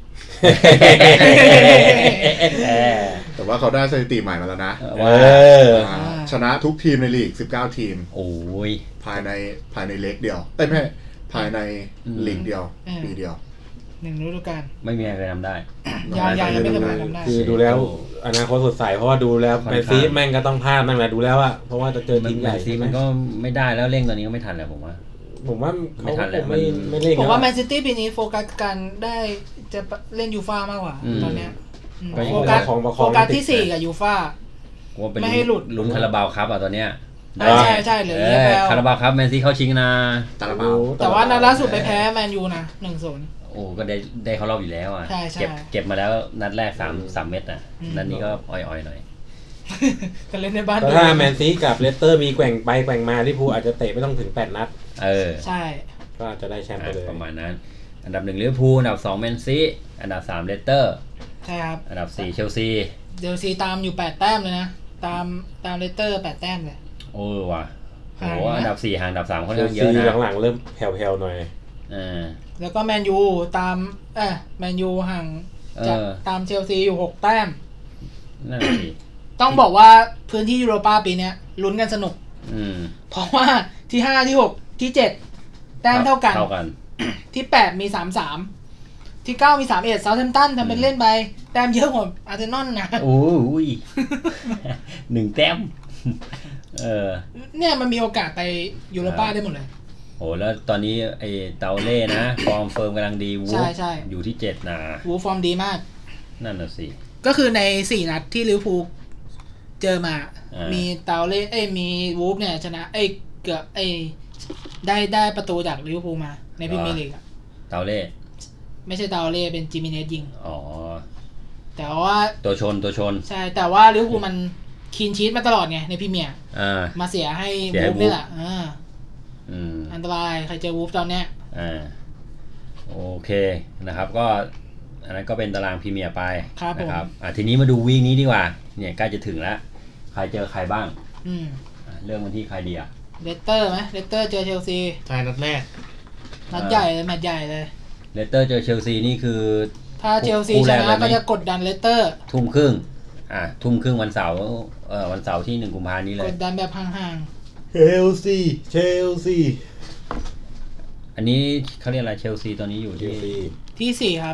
E: แต่ว่าเขาได้สถิติใหม่มาแล้วนะ
C: เอ
A: ว่า
C: อ
E: อ่าชนะทุกทีมในลีกสิบเก้าทีม
A: โอ้ย
E: ภายในภายในเล็กเดียวเอ้ยไม่ใช่ภายใน
A: อืม
E: ลีกเดียวปีเดียว
B: หนึ่งฤดูกาล
A: ไม่มีอะไรทำได้
B: ยาวๆยังไม่สามารถทำได้
C: คือดูแล้วอนาคตสดใสเพราะว่าดูแล้ว
A: ค่อน
C: แม
A: ข้าง
C: นซีแม่งก็ต้องพลาดนั่นแหละดูแล้วอะเพราะว่าจะเจอ
A: มัน
C: ทีมให
A: แม
C: ญ่
A: นซี
C: ใช่ไหม
A: มันก็ไม่ได้แล้วเร่งตอนนี้ก็ไม่ทันแล้วผมว่า
C: ผมว่า
A: ไม่
C: เขา
A: ทันแล้ว
C: คงไม่
A: มัน
C: ไม่เล่น
B: ผมว่าแม
C: แล้ว
B: นซิตี้ปีนี้โฟกัสกันได้จะเล่นยูฟ่ามากกว่า
A: อืม
B: ตอนเนี้ยอืม
A: ก็ยัง
B: โฟกัส
C: ประคองประค
B: โฟ
C: อง
B: กัสที่สี่กับยูฟ่า
A: ผมว่าเป็น
B: ไม่ให้หลุด
A: ลุ้นคาราบาวครับอ่ะตอนเนี้ย
B: ใช่ใช่ใช่เหลือ
A: เอ
B: เยอะ
A: อ
B: แล้ว
A: คาราบาวครับแมนซีเข้าชิงนะ
E: ตาลาบาว
B: แต่ว่านัดล่าสุดไปแพ้แมนยูนะหนึ่งศูนย์
A: โอ้ก็ได้ได้เข้ารอบอยู่แล้วอ่ะ
B: ใช่ใช่
A: เก็บเก็บมาแล้วนัดแรกสามสามเม็ดอ่ะ
B: อืม
A: นัดนี้ก็อ่อยๆหน่อย
B: ก็เล่นในบ้าน
C: แต่ถ้าแมนซีกับเลสเตอร์มีแกว่งไปแกว่งมาที่พูลอาจจะเตะไม่ต้องถึงแปดนัด
A: เออ
B: ใช่
C: ก็จะได้แชมป์ไปเลย
A: ประมาณนั้น อันดับหนึ่งลิเวอร์พูลอันดับสองแมนซีอันดับสามเลสเตอร์
B: ใช่ครับ
A: อันดับสี่เชลซี
B: เดลซีตามอยู่แปดแต้มเลยนะ ตามตามเลสเตอร์แปดแต้มเลย
A: โอ้ว่ะโอ้
B: ห่าง
A: โห
B: นะ
A: อันดับสี่ห่างอันดับสามค่อน
C: เชล
A: ข้างเย
C: ซี
A: อะนะ
C: หลังๆเริ่มแผ่วๆหน่อย
A: อ่า
B: แล้วก็แมนยูตามเออแมนยูห่างจาก
A: เออ
B: ตามเชลซีอยู่หกแต้ม
A: นั่นแหละสิ
B: ต้องบอกว่าพื้นที่ยูโรปาปีเนี้ยลุ้นกันสนุก
A: อืม
B: เพราะว่าที่ห้าที่หกที่เจ็ดแต้มเท่ากัน
A: เท่ากัน
B: ที่แปดมีสามสามที่เก้ามีสามเอ็ดเซาท์แฮมป์ตันทำเป็นเล่นไปแต้มเยอะกว่าอาร์เซนอลนะ
A: โอ้ย หนึ่งแต้ม เออ
B: เนี่ยมันมีโอกาสไปยูโรปาได้หมดเลย
A: โหแล้วตอนนี้ไอ้เตาเล่นะ ฟอร์มเฟิร์มกำลังดีวู
B: ใช่
A: ฟ
B: ใช่
A: อยู่ที่เจ็ดนะ
B: วูฟฟอร์มดีมาก
A: นั่นน่ะสิ
B: ก็คือในสี่นัดที่ลิเวอร์พูลเจอมา
A: อ่ามี
B: มีเตาเล่เอ้ยมีวูฟเนี่ยชนะเอ้ยเกือบเอ้ยได้ได้ประตูจากลิเวอร์พูลมาในพรีเมียร์ลีกอะ
A: เตาเล่
B: ไม่ใช่เตาเล่เป็นจิมิเนสยิง
A: อ๋อ
B: แต่ว่า
A: ตัวชนตัวชน
B: ใช่แต่ว่าลิเวอร์พูลมันคีนชีตมาตลอดไงในพรีเมียร์
A: อ่า
B: มาเสียให้
A: เสียให้
B: วูฟนี่แหละอ่า
A: อืม
B: อันตรายใครเจอวูฟตอนเนี้ย
A: อ่า โอเคนะครับ ก็อันนั้นก็เป็นตารางพรีเมียร์ไป
B: ครับผม
A: นะครับอ่ะทีนี้มาดูวีคนี้ดีกว่า เนี่ยใกล้จะถึงแล้ว ใครเจอใครบ้าง
B: อืม
A: อ่ะเริ่มกันที่ใครดีอ่ะ
B: เลสเตอร์ไหมเลสเตอร์เจอเชลซี
D: ใช่นัดแรก
B: นัดใหญ่เลยแมตช์ใหญ่เลย
A: เลสเตอร์เจอเชลซีนี่คือ
B: ถ้าเชลซี
A: คู่
B: ช
A: แรก
B: นะ
A: เลยไหม
B: ก็จะกดดันเลสเตอร์
A: ทุ่มครึ่ง อ่ะทุ่มครึ่งวันเสาร์เอ่อวันเสาร์ที่หนึ่งกุมภาพันธ์นี้เล
B: ก
A: ย
B: ดดันแบบห่าง
C: เชลซีเชลซี
A: อันนี้เขาเรียกอะไรเชลซีตอนนี้อยู่
C: เช
A: ที่
C: ลซี
B: ๆที่สี่ครับ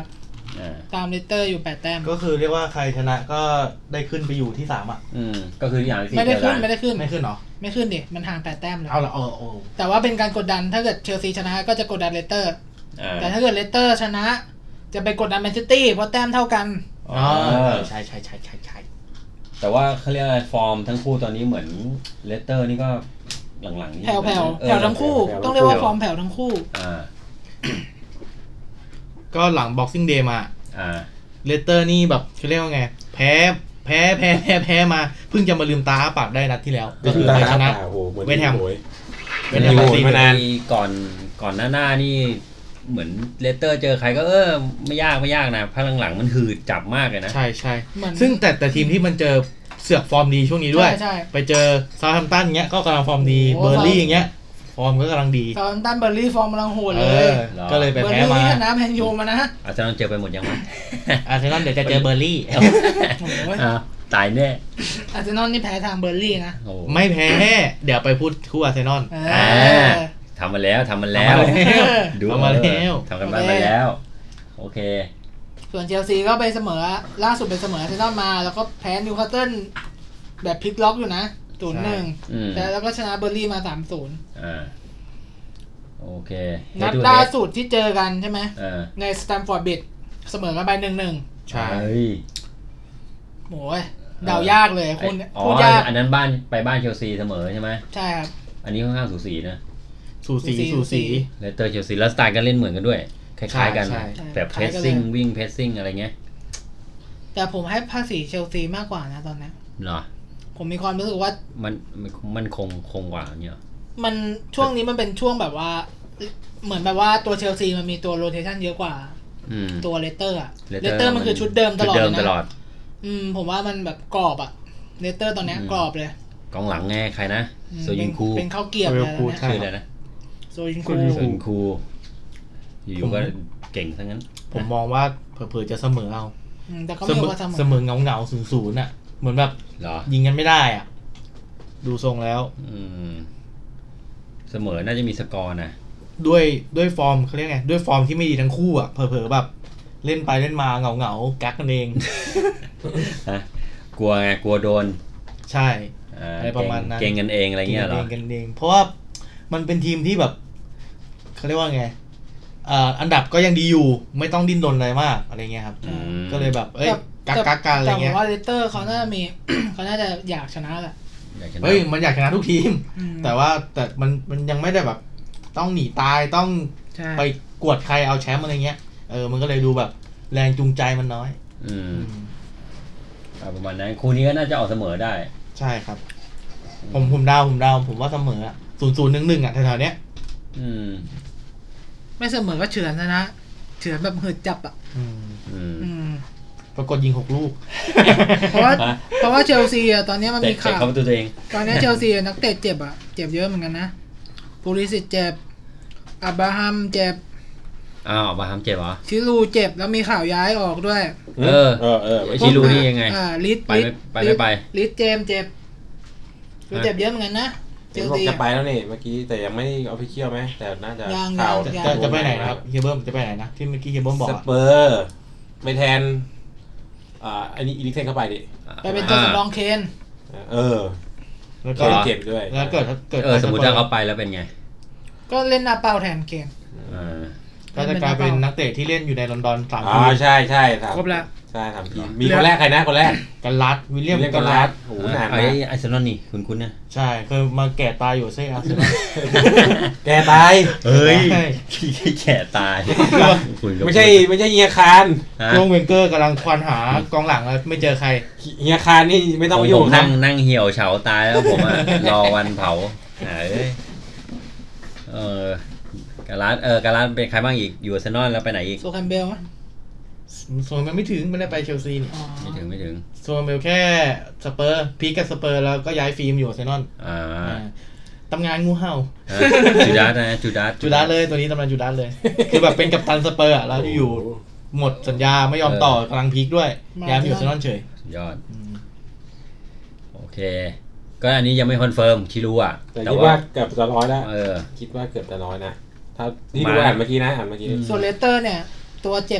A: อ่า
B: ตามเลสเตอร์อยู่แปดแต้ม
D: ก็คือเรียกว่าใครชนะก็ได้ขึ้นไปอยู่ที่สามอ่ะ
A: อืมก็คืออย่างที่
B: ไม่ได้ขึ้น
A: เจอกั
B: ไม่ได้ขึ้น
D: ไม่ขึ้นเหรอ
B: ไม่ขึ้นดิมันห่างแปดแต้มเลย
D: เอาละเออโอ้
B: แต่ว่าเป็นการกดดันถ้าเกิดเชลซีชนะก็จะกดดันเลสเตอร์
A: อ่า
B: แต่ถ้าเกิดเลสเตอร์ชนะ จะไปกดดันแมนซิตี้เพราะแต้มเท่ากัน
D: อ๋อใช่ใช่ใช่ใช่ใช่
A: แต่ว่าเขาเรียกอะไรฟอร์มทั้งคู่ตอนนี้เหมือนเลสเตอร์นี่ก็หลังๆนี่
B: แผ่วแผ่ว
A: เออ
B: แผ่วทั้งคู่ ต้องเรียกว่าฟอร์มแผ่วทั้งคู่
A: อ่า
D: ก็หลัง Boxing Day มา
A: อ่า
D: เลสเตอร์นี่แบบเขาเรียกว่าไง แพ้แพ้แพ้แพ้แพ้มาเพิ่งจะมาลืมตาอ้าปากได้นัดที่แล้ว ก็คือไปชนะ
C: โอ้โหเหมือน
D: เวสต์แฮม
C: โอ้ย
D: เวสต์แฮม
C: โอ้
D: ซี
C: ยมานาน
A: ก่อนก่อนหน้าหน้านี่เหมือนเลสเตอร์เจอใครก็เออไม่ยากไม่ยากนะพักหลังๆมันหืดจับมากเลยนะ
D: ใช่ใช่
B: เหมือน
D: ซึ่งแต่แต่ทีมที่มันเจอเสือกฟอร์มดีช่วงนี้ด้วย
B: ใช่ใช่
D: ไปเจอซาท์แฮมป์ตันเงี้ยก็กำลังฟอร์มดี
B: โอ้
D: เบอร์ลี่อย่างเงี้ยฟอร์มก็กำลังดี
B: ตอนตันเบอร์ลี่ฟอร์มกำลังโหด
D: เอ
B: เลย
D: อก็เลยไป
B: เบอร์
D: แพ้
B: ลี่
D: มา
B: นี่ชนะแมนยูมานะ
A: อาจจะต้องเจอไปหมดยังวะ
D: อาร์เซนอลเดี๋ยวจะเจอเบอร์ลี่
B: โอ้ย
A: อ้าวตายแน่
B: อาร์เซนอลนี่แพ้ทางเบอร์ลี่นะ
A: โอ้
D: ไม่แพ้ เดี๋ยวไปพูดคู่อาร์เซนอล
B: เอ
A: อ่า
B: อ
A: ทำมาแล้วทำมาแล้ว
D: ทำมาแล้ว
A: ดู
D: ทำมาแล้ว
A: ทำกันบ้านมาแล้ว โอเค
B: ส่วนเชลซีก็ไปเสมอล่าสุดไปเสมออาร์เซนอลมา แล้วก็แพ้นิวคาสเซิลแบบพลิกล็อกอยู่นะศูนย์หนึ่ง
A: อืม
B: แต่แล้วก็ชนะเบอร์ลี่มาสามศูนย์
A: อ่าโอเค
B: นัด
A: Head to
B: ล่า
A: head
B: สุดที่เจอกันใช่ไหม
A: อ่า
B: ในสแตมฟอร์ดบริดจ์เสมอกันไปหนึ่งหนึ่ง
D: ใช่
A: เฮ้ย
B: โอ้ยเดายากเลยคุณ
A: อ๋อ
B: พูดยาก
A: อันนั้นบ้านไปบ้านเชลซีเสมอใช่ไหม
B: ใช่ครับ
A: อันนี้ค่อนข้างสูสีนะ
D: สูสี
B: สูสี
D: สูสี
A: เลสเตอร์เชลซีแล้วสไตล์การเล่นเหมือนกันด้วย คล้ายๆกัน
D: ใช่
B: ใช่
A: แบบเพ
B: คล้าย
A: ส
B: กัน
A: ซิ่ง
B: เลย
A: วิ่งเพสซิ่งอะไรเงี้ย
B: แต่ผมให้ภาษีเชลซีมากกว่านะตอนนี้
A: เหรอ
B: ผมมีความรู้สึกว่า
A: มันมันมันคงคงกว่าเงี้ยเหรอ
B: มันช่วงนี้มันเป็นช่วงแบบว่า เหมือนแบบว่าตัวเชลซีมันมีตัวโรเทชันเยอะกว่า
A: อืม
B: ตัวเลสเตอร์อะ
A: Leicester
B: เลสเตอร์มันคือชุดเดิมตลอด
A: ชุดเดิม
B: เลย
A: ตลอ
B: นะ
A: ด
B: อืมผมว่ามันแบบกรอบอะเลสเตอร์ตอนเนี้ย
A: อืม
B: กรอบเลย
A: กองหลังไงใครนะ
B: อืม
A: โซยินคู
B: เป็นเป็นข้าวเกรียบเลยนะเนี่ย
D: ใช่
A: ชื่ออะไรนะ
B: โซยิน
D: โซ
B: คู
D: ยิน
A: โซยินคูอยู่ๆก็เก่งทั้งนั้น
D: ผมมองว่าเผลอๆจะเสมอเอา
B: อืมแต่ก็
D: เส
B: ไม่
D: ม
B: รู้
D: อ
B: ว่าเสม
D: เส
B: อ
D: มอเงาเงาศูนย์ศูนย์อ่ะ เหมือนแบบ
A: เหรอ
D: ยิงกันไม่ได้อ่ะ ดูทรงแล้ว
A: อืมเสมอน่าจะมีสกอร์นะ
D: ด้วยด้วยฟอร์มเขาเรียกไง ด้วยฟอร์มที่ไม่ดีทั้งคู่อ่ะ เผลอๆแบบ เล่นไปเล่นมาเงาเงาๆกักกันเอง
A: ฮะกลัวไงกลัวโดน
D: ใช่
A: อ่า
D: อะไรประมาณนั้น
A: เก่งกันเองอะไรเงี้ยเหรอ
D: กันเองกันเองเพราะว่ามันเป็นทีมที่แบบเขาเรียกว่าไงอ่าอันดับก็ยังดีอยู่ ไม่ต้องดิ้นรนอะไรมากอะไรเงี้ยครับ
A: อืม
D: ก็เลยแบบเอ้ย
B: แต่
D: กักกักกันอะไร
B: แต่ผม
D: เงี้ย
B: ว่าเลสเตอร์เขาน่าจะมี เขาน่าจะอยากชนะแหละ
A: อยากชนะ
D: เฮ้ยมันอยากชนะทุกทีม
B: อืม
D: แต่ว่าแต่มันมันยังไม่ได้แบบ ต้องหนีตายต้อง
B: ใช่
D: ไปกวดใครเอาแชมป์อะไรเงี้ยเออมันก็เลยดูแบบแรงจูงใจมันน้อย
A: อืมอ่าประมาณนั้นคู่นี้ก็น่าจะออกเสมอได้
D: ใช่ครับ ผมผมเดาผมเดาผมว่าเสมออ่ะศูนย์ศูนย์หนึ่งหนึ่งอ่ะแถวๆเนี้ย
A: อืม
B: ไม่เสมอก็เฉือนนะนะเฉือนแบบหืดจับอ่ะ
D: อืม
A: อืม
B: อืม
D: ปรากฏยิงหกลูก
B: เพราะว่าเพราะว่าเชลซีอ่ะตอนนี้มัน
A: เตะ
B: มี
A: เตะ
B: ข่าว
A: เข้าประตูตัวเอง
B: ตอนนี้เชลซีอะนักเตะเจ็บอ่ะเจ็บเยอะเหมือนกันนะปูริสิตเจ็บอับราฮัมเจ็บ
A: อ้าวบาฮัมเจ็บเหรอ
B: ชิลูเจ็บแล้วมีข่าวย้ายออกด้วย
A: เออ
C: เออเออ
A: ไอ้ชิลูนี่ยังไง
B: อ่าลิส
A: ไปไม่ไปไม่ไป
B: ลิสเจมส์เจ็บลิสเจ็บเยอะเหมือนกันนะเช
C: เห็น
B: ล
C: บอก
B: ซี
C: จะไปแล้วนี่เมื่อกี้แต่ยังไม่ออฟฟิเชียลไหมแต่น่าจะ
B: ยัง
C: ข่าว
B: ยัง
D: จะจะไปไหนนะครับเฮียเบิ้มจะไปไหนนะที่เมื่อกี้เฮียเบิ้มบอก
C: ส
D: อะ
C: เปอร์ไปแทนอ่าอันนี้อีลิกเซนเข้าไปดิ
B: ไปเป็นตัวสำรองเคน
C: เออ
D: แล้ว
C: เก
D: ก็
C: มเจ็บด้วย
D: แล้วเกิดเกิด
A: เออสมมติถ้าเขาไปแล้วเป็นไง
B: ก็เล่นหน้าเป้าแทนเคน
A: อ่า
D: ก็จะกลายเป็นนักเตะที่เล่นอยู่ในลอนดอนสาม
C: อ๋
D: ที
C: อ
D: ม
C: ใช่ใช่สาม
B: ครบแล้ว
C: ใช่สามทีมมีคนแรกใครนะคนแรก
D: กันลัดวิลเลียม
C: เล่น
D: กั
C: กัน น
D: ลั
C: ลั
D: ด
C: ดโอ้โหนาน
A: ไอ้
C: มาก
A: ไอซ์นอนนี่คุณคุณนะ
D: ใช่เคยมาแก่ตายอยู่เซ่อาร์เซนอล
C: แกตาย
A: เฮ้ย
D: ใช่
A: ขี้แก่ตายคุณก็
C: ไม่ใช่ไม่ใช่เฮียคาร
A: ฮะ
D: ช่วงเวนเกอร์กำลังควานหากองหลังแล้วไม่เจอใคร
C: เฮียคารนี่ไม่ต้อง
A: ผม
C: มายุ่ง
A: นั่
C: นะ
A: งนั่งเหี่ยวเฉาตายแล้วผมอะ รอวันเผาเอ้ยเออกาลาสเออกาลาสเป็นใครบ้างอีกอยู่อาร์เซนอลแล้วไปไหนอีก
B: โซแคมเบลมั้ย
D: โซนมันไม่ถึงไม่ได้ไปเชลซีนี่
B: อ๋อ
A: ไม่ถึงไม่ถึง
D: โซนเบลแค่สเปอร์พีคกับสเปอร์แล้วก็ย้ายฟิล์มอยู่อาร์เซนอล
A: อ่า
D: อ่าตำงานงูเห่า
A: ฮะจูดาสนะจูดาส
D: จูดาสเลยตัวนี้ตำนานจูดาสเลย คือแบบเป็นกัปตันสเปอร์อะแล้วอยู่หมดสัญญาไม่ยอมต่อกำลังพีคด้วยย้ายมาอยู่อาร์เซนอลเฉย
A: สุดยอดโอเค ก็อันนี้ยังไม่คอนเฟิร์มชิลูอ่ะ
C: แต่
A: แต่
C: คิด
A: ว่า
C: ว่าเกือบจะร้อยแล้ว
A: เออ
C: คิดว่าเกือบจะร้อยนะถ้าที่
A: มา
C: ดูอ่านเมื่อกี้นะอ่านเมื่อกี้
A: อืม
B: ส่วนเลสเตอร์เนี่ย ตัวเจ็บเนี่ย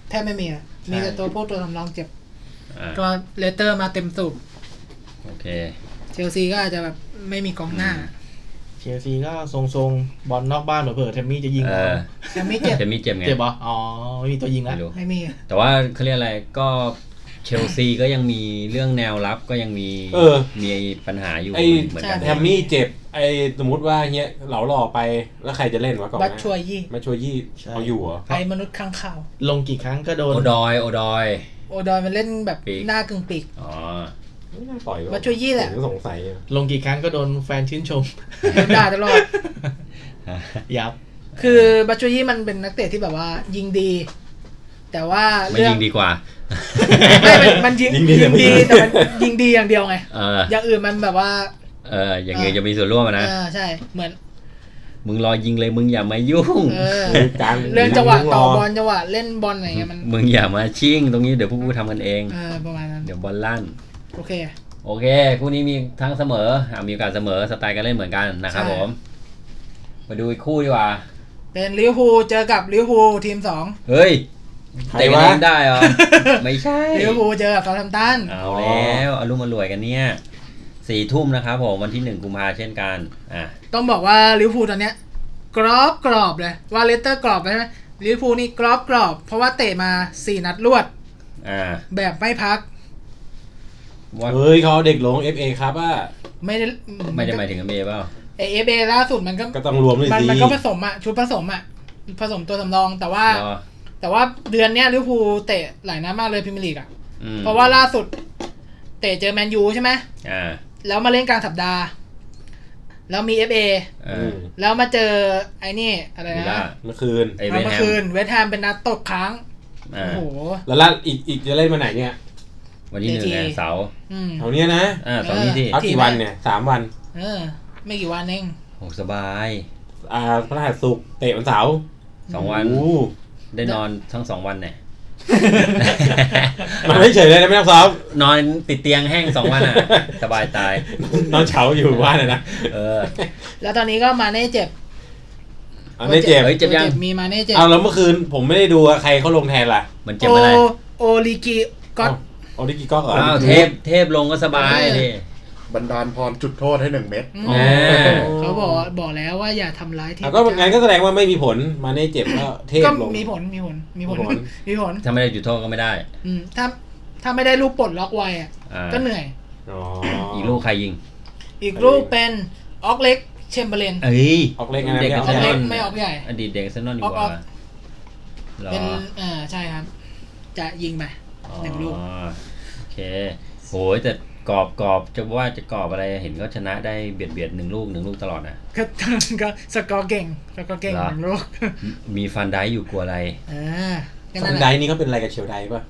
B: แทบไม่มีอะมีแต่ตัวพวกตัวสำรองเจ็บ
A: อ่า
B: ก็เลสเตอร์มาเต็มสูบ
A: โอเค
B: เชลซีก็อาจจะแบบไม่มีกองหน้า
D: เชลซีก็ทรงๆบอลนอกบ้านเผื่อๆแทมมี่จะยิง
A: เอ
D: เอา
A: อ
B: แต่ไม่เจ็บ
A: จะมีเจ็บไง
D: เจ็บเหรออ๋อไม่มีตัวยิงแล้ว
A: ไม่รู้
B: ไม่มี
A: แต่ว่าเขาเรียกอะไรก็เชลซีก็ยังมีเรื่องแนวรับก็ยังมี
C: เออ
A: มีปัญหาอยู่
C: ไอ้
A: เหมือนกัน
C: แทมมี่เจ็บไอ้สมมติว่าเฮียเหลาหล่อไปแล้วใครจะเล่นวะก่อน
B: บัตช่วยยี่
C: มาช่วยยี่เอาอยู่เหรอ
B: ไอ้มนุษย์ข้างข่าว
D: ลงกี่ครั้งก็โดน
A: โอดอยโอดอย
B: โอดอยมันเล่นแบบ
A: ปีก
B: หน้ากึ่งปีก
A: อ๋อ
C: ไม่น่าปล่อย
B: บัตช่วยยี่แหละ
C: ผมก็สงสัยอยู่
D: ลงกี่ครั้งก็โดนแฟนชื่นชม
B: โดนด่าตลอด
D: ยับ
B: คือบัตช่วยยี่มันเป็นนักเตะที่แบบว่ายิงดี แต่ว่า
A: ไม่
B: เรื่อง
A: ยิงดีกว่า
B: ไม่มันมันยิงยิงดีแต่มันยิงดีอย่างเดียวไง
A: เออ
B: อย่างอื่นมันแบบว่า
A: เออ อย่างเงี้ยจะมีส่วนร่วมอะนะ
B: เออใช่เหมือน
A: มึงรอยิงเลยมึงอย่ามายุ่ง
B: เออ
C: กลาง
B: เรื่องจังหวะต่อบอล
C: ร
B: จังหวะเล่นบอลอะไรเงี้ยมัน
A: มึงอย่ามาชิ่งตรงนี้เดี๋ยวพวกกูทำกันเอง
B: เออประมาณนั้น
A: เดี๋ยวบอลลั่น
B: โอเค
A: โอเค คู่นี้มีทั้งเสมออ่ะมีโอกาสเสมอสไตล์การเล่นเหมือนกันนะครับ
B: ใช่
A: ผม มาดูอีกคู่ดีกว่า
B: เป็นลิเวอร์พูลเจอกับลิเวอร์พูลทีมสอง
A: เฮ้ย
C: ใคร
A: เตะกัน
C: วะ
A: เองได้เหรอ ไม่ใช่
B: ลิเวอร์พูลเจอกับเซาท์แฮมป์ตัน
A: เอาแล้วอารมณ์มารวยกันเนี่ยสี่ทุ่มนะครับผมวันที่หนึ่งกุมภาเช่นกัน อ่ะ
B: ต้องบอกว่าลิเวอร์พูลตอนเนี้ยกรอบกรอบเลยว่าเลสเตอร์กรอบใช่ไหมลิเวอร์พูลนี่กรอบกรอบเพราะว่าเตะมาสี่นัดรวด
A: อ่า
B: แบบไม่พัก
A: ว่า
C: เฮ้ยเขาเอาเด็กลง เอฟ เอ ครับอ่ะ
B: ไม่ได้
A: ไม่ได้หมายถึงอเมย์เปล่า
B: เอเอเอล่าสุดมันก็
C: ก็ต้องรวมด้วย
B: มัน
C: สิ
B: มันก็ผสมอะชุดผสมอะผสมตัวสำรองแต่ว่า
A: รอ
B: แต่ว่าเดือนเนี้ยลิเวอร์พูลเตะหลายนัดมากเลยพรีเมียร์ลีกอะ
A: อืม
B: เพราะว่าล่าสุดเตะเจอแมนยูใช่ไหม
A: อ่า
B: แล้วมาเล่นกลางสัปดาห์ แล้วมี เอฟ เอ
A: เอ
C: อื
A: อ
C: ม
B: แล้วมาเจอไอ้นี่อะไร
A: วิลล่า
B: นะ
C: เมื่อคืน
A: ไอเว
B: เอา
A: ส
B: เมื่
A: แฮ
B: อ
A: ม
B: คืนเวสต์แฮมเป็นนัดตกค้าง
A: อ่า
B: โอ้โห
C: แล้วล่ะอีกอีกจะเล่นมาไหนเนี่ย
A: วันที่หนึ่ง
B: เจ
A: ไง
B: จี
A: เสาร์
B: อืม
C: เอาเนี้ยนะ
A: อ่าเสาร์นี้ที่
C: เอากี่วันเนี่ยสามวัน
B: เออ ไม่กี่วันเอง
A: โหสบาย
C: อ่าพระหัสศุกร์เตะวันเสาร์
A: สองวัน
C: โอ้
A: ได้นอนทั้งสองวันเนี่ย
C: มันไม่เฉยเลยนะไม่ต้องซ้อม
A: นอนติดเตียงแห้งสองวันอ่ะ สบายตาย
C: นอนเฉาอยู่บ้านเลยนะ
A: เออ
B: แล้วตอนนี้ก็มาเน่เจ็บ
C: อันนี้เจ็บ
A: เฮ้ย เจ็บยัง
B: มีมาเน่เจ็บ
C: เอาแล้วเมื่อคืนผมไม่ได้ดูอะใครเขาลงแทนล่ะ
A: มันเจ็บ
B: โอ
A: เมื่อไหร่
B: โอลิกิก็อต
C: โอลิกิก็เหรอ
A: อ้าวเทพเทพลงก็สบายดิ
E: บันดาลพรจุดโทษให้หนึ่งเม็ด
B: อืม
A: แหม
B: เขาบอกบอกแล้วว่าอย่าทำร้ายทีม
C: อ่ะก็งั้นก็แสดงว่าไม่มีผลมาเน่เจ็บก็เทพ
B: ก็
C: ลง
B: มีผลมีผลมีผล
C: มีผล
B: มีผล
A: ถ้าไม่ได้จุดโทษก็ไม่ได้
B: อืมถ้าถ้าไม่ได้ลูกปลดล็อกไวอ่ะ
A: อ่า
B: ก็เหนื่อย
C: อ๋อ
A: อีกลูกใครยิง
B: อีกลูกเป็นออกเล็กเชมเบอร์เลน
A: เอ้ย
C: ออกเล็กนะ
A: เด็ก
C: ไม่
B: อ
C: เอา
B: อก
C: ใหญ่
B: เล็กไม่ออกใหญ่
A: อดีตเด็กเซนนอนอยู่
B: ออกอ
A: ว่า
B: อก
A: หรอ
B: เป็นอ่าใช่ครับ จะยิงไปหนึ่งลูก
A: อ๋อโอเคโหยแต่กรอบกรอบจะว่าจะกรอบอะไรเห็นก็ชนะได้เบียดเบียดหนึ่งลูกหนึ่งลูกตลอดนะ
B: ก็ก็สกอร์เก่งสกอร์เก่ง
A: เหรอ
B: หนึ่งลูก
A: มีฟันได้อยู่กลัวอะไร
B: เออแค่
C: ฟั
B: นั้น
C: น
B: แห
C: ได
B: ละ
C: นี่เขาเป็นอะไรกับเชลไดป่ะ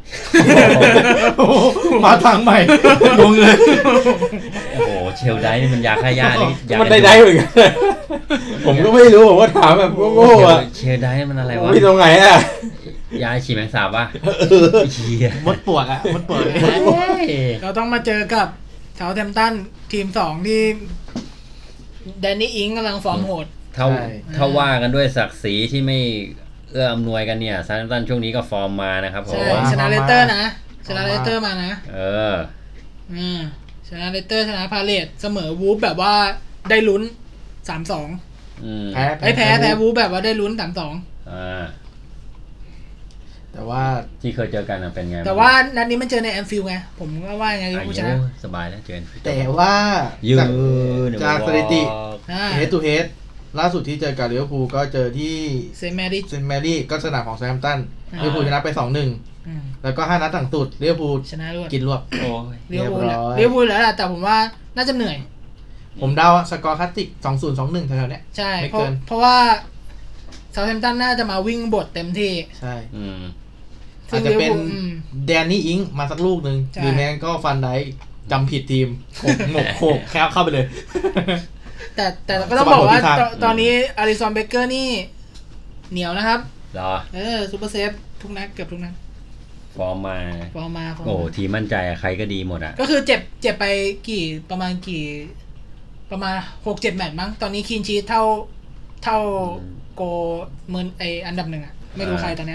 D: มาทางใหม่งงเลย
A: โอ้โหเชลได้นี่มันยาฆ่าหญ้านี่ยา
C: มันได้ได้เหมือนกันผมก็ไม่รู้ผมก็ถามแบบโง่ๆอ่ะ
A: เชลได้มันอะไรวะ
C: ไม่ตรงไหนอ่ะ
A: ยาฉีดแมงสาบวะเชีย
D: มดปวกอ่ะมดปวก
B: เราต้องมาเจอกับเซาท์แฮมป์ตันทีมสองที่แดนนี่อิงกำลังฟอร์มโหด
A: เท่าเท่าว่ากันด้วยศักดิ์ศรีที่ไม่เอื้ออำนวยกันเนี่ยซาร์ตันช่วงนี้ก็ฟอร์มมานะครับผ
B: ใช่
A: ม
B: ชนะเลสเตอร์นะชนะเลสเตอร์มานะ
A: เออ
B: อืมชนะเลสเตอร์ชนะพาเลตเสมอวูฟแบบว่าได้ลุ้นสามสอง
A: อืม
D: แพ้
B: ไอ้แพ้แพ้วูฟแบบว่าได้ลุ้นสามสอง
A: อ่า
D: แต่ว่า
A: ที่เคยเจอกันน่ะเป็นไง
B: แต่ว่านัดนี้มันเจอในแอนฟิลด์ไง ผมก็ว่าไงลิเวอร์พูลชนะ
A: อายุสบายแล้วเจอ
D: แต่ว่า
A: ยื
D: จาก
A: น
D: จากสถิติ
B: อ่า
D: เฮดทูเฮดล่าสุดที่เจอกับลิเวอร์พูลก็เจอที่
B: เซนต์แมรี่
D: เซนต์แมรี่ก็สนามของแซมป์ตัน
B: อ่า
D: ลิเวอร์พูลชนะไป สองหนึ่ง
B: อืม
D: แล้วก็ห้านัดต่างสุดลิเวอร์พูล
B: ชนะรวด
D: กินรวบ
A: โอ้ย
B: ลิเวอร์พูลแหละ
D: เรียบร้อย
B: ลิเวอร์พูลแล้วล่ะแต่ผมว่าน่าจะเหนื่อย
D: ผมเดาอะสกอร์คลาสติกสองศูนย์ สองหนึ่งแถวๆเนี้ย
B: ใช่
D: ไม่
B: เพราะ
D: เกิน
B: เพราะว่าเซาท์แฮมป์ตันน่าจะมาวิ่งบทเต็มที่
D: ใช่
A: อืม
D: อาจจะเป็น
B: ซึ่งลิวอร์พูลอืม
D: แดนนี่อิงมาสักลูกหนึ่ง
B: ใช่
D: หรือแม่งก็ฟันไดจำผิดทีมโขกหมกโขกแคบเข้าไปเลย
B: แต่แต่ก็ต้องบอกว่า
D: สะบัดหัวทิศทาง
B: ตอนตอนนี้อาริซอนเบเกอร์นี่เหนียวนะครับ
A: เหรอ
B: เออซูเปอร์เซฟทุกนัดเกือบทุกนัด
A: ฟอร์มมา
B: ฟอร์มมาฟอร์ม
A: โอ้
B: มา
A: ทีมมั่นใจอะใครก็ดีหมดอะ
B: ก็คือเจ็บเจ็บไปกี่ประมาณกี่ ประมาณหกเจ็ดแมตช์มั้งตอนนี้คีนชีทเท่าเท่าโกเมินไออันดับหนึ่งอะไม่รู้ใครตอนเนี้ย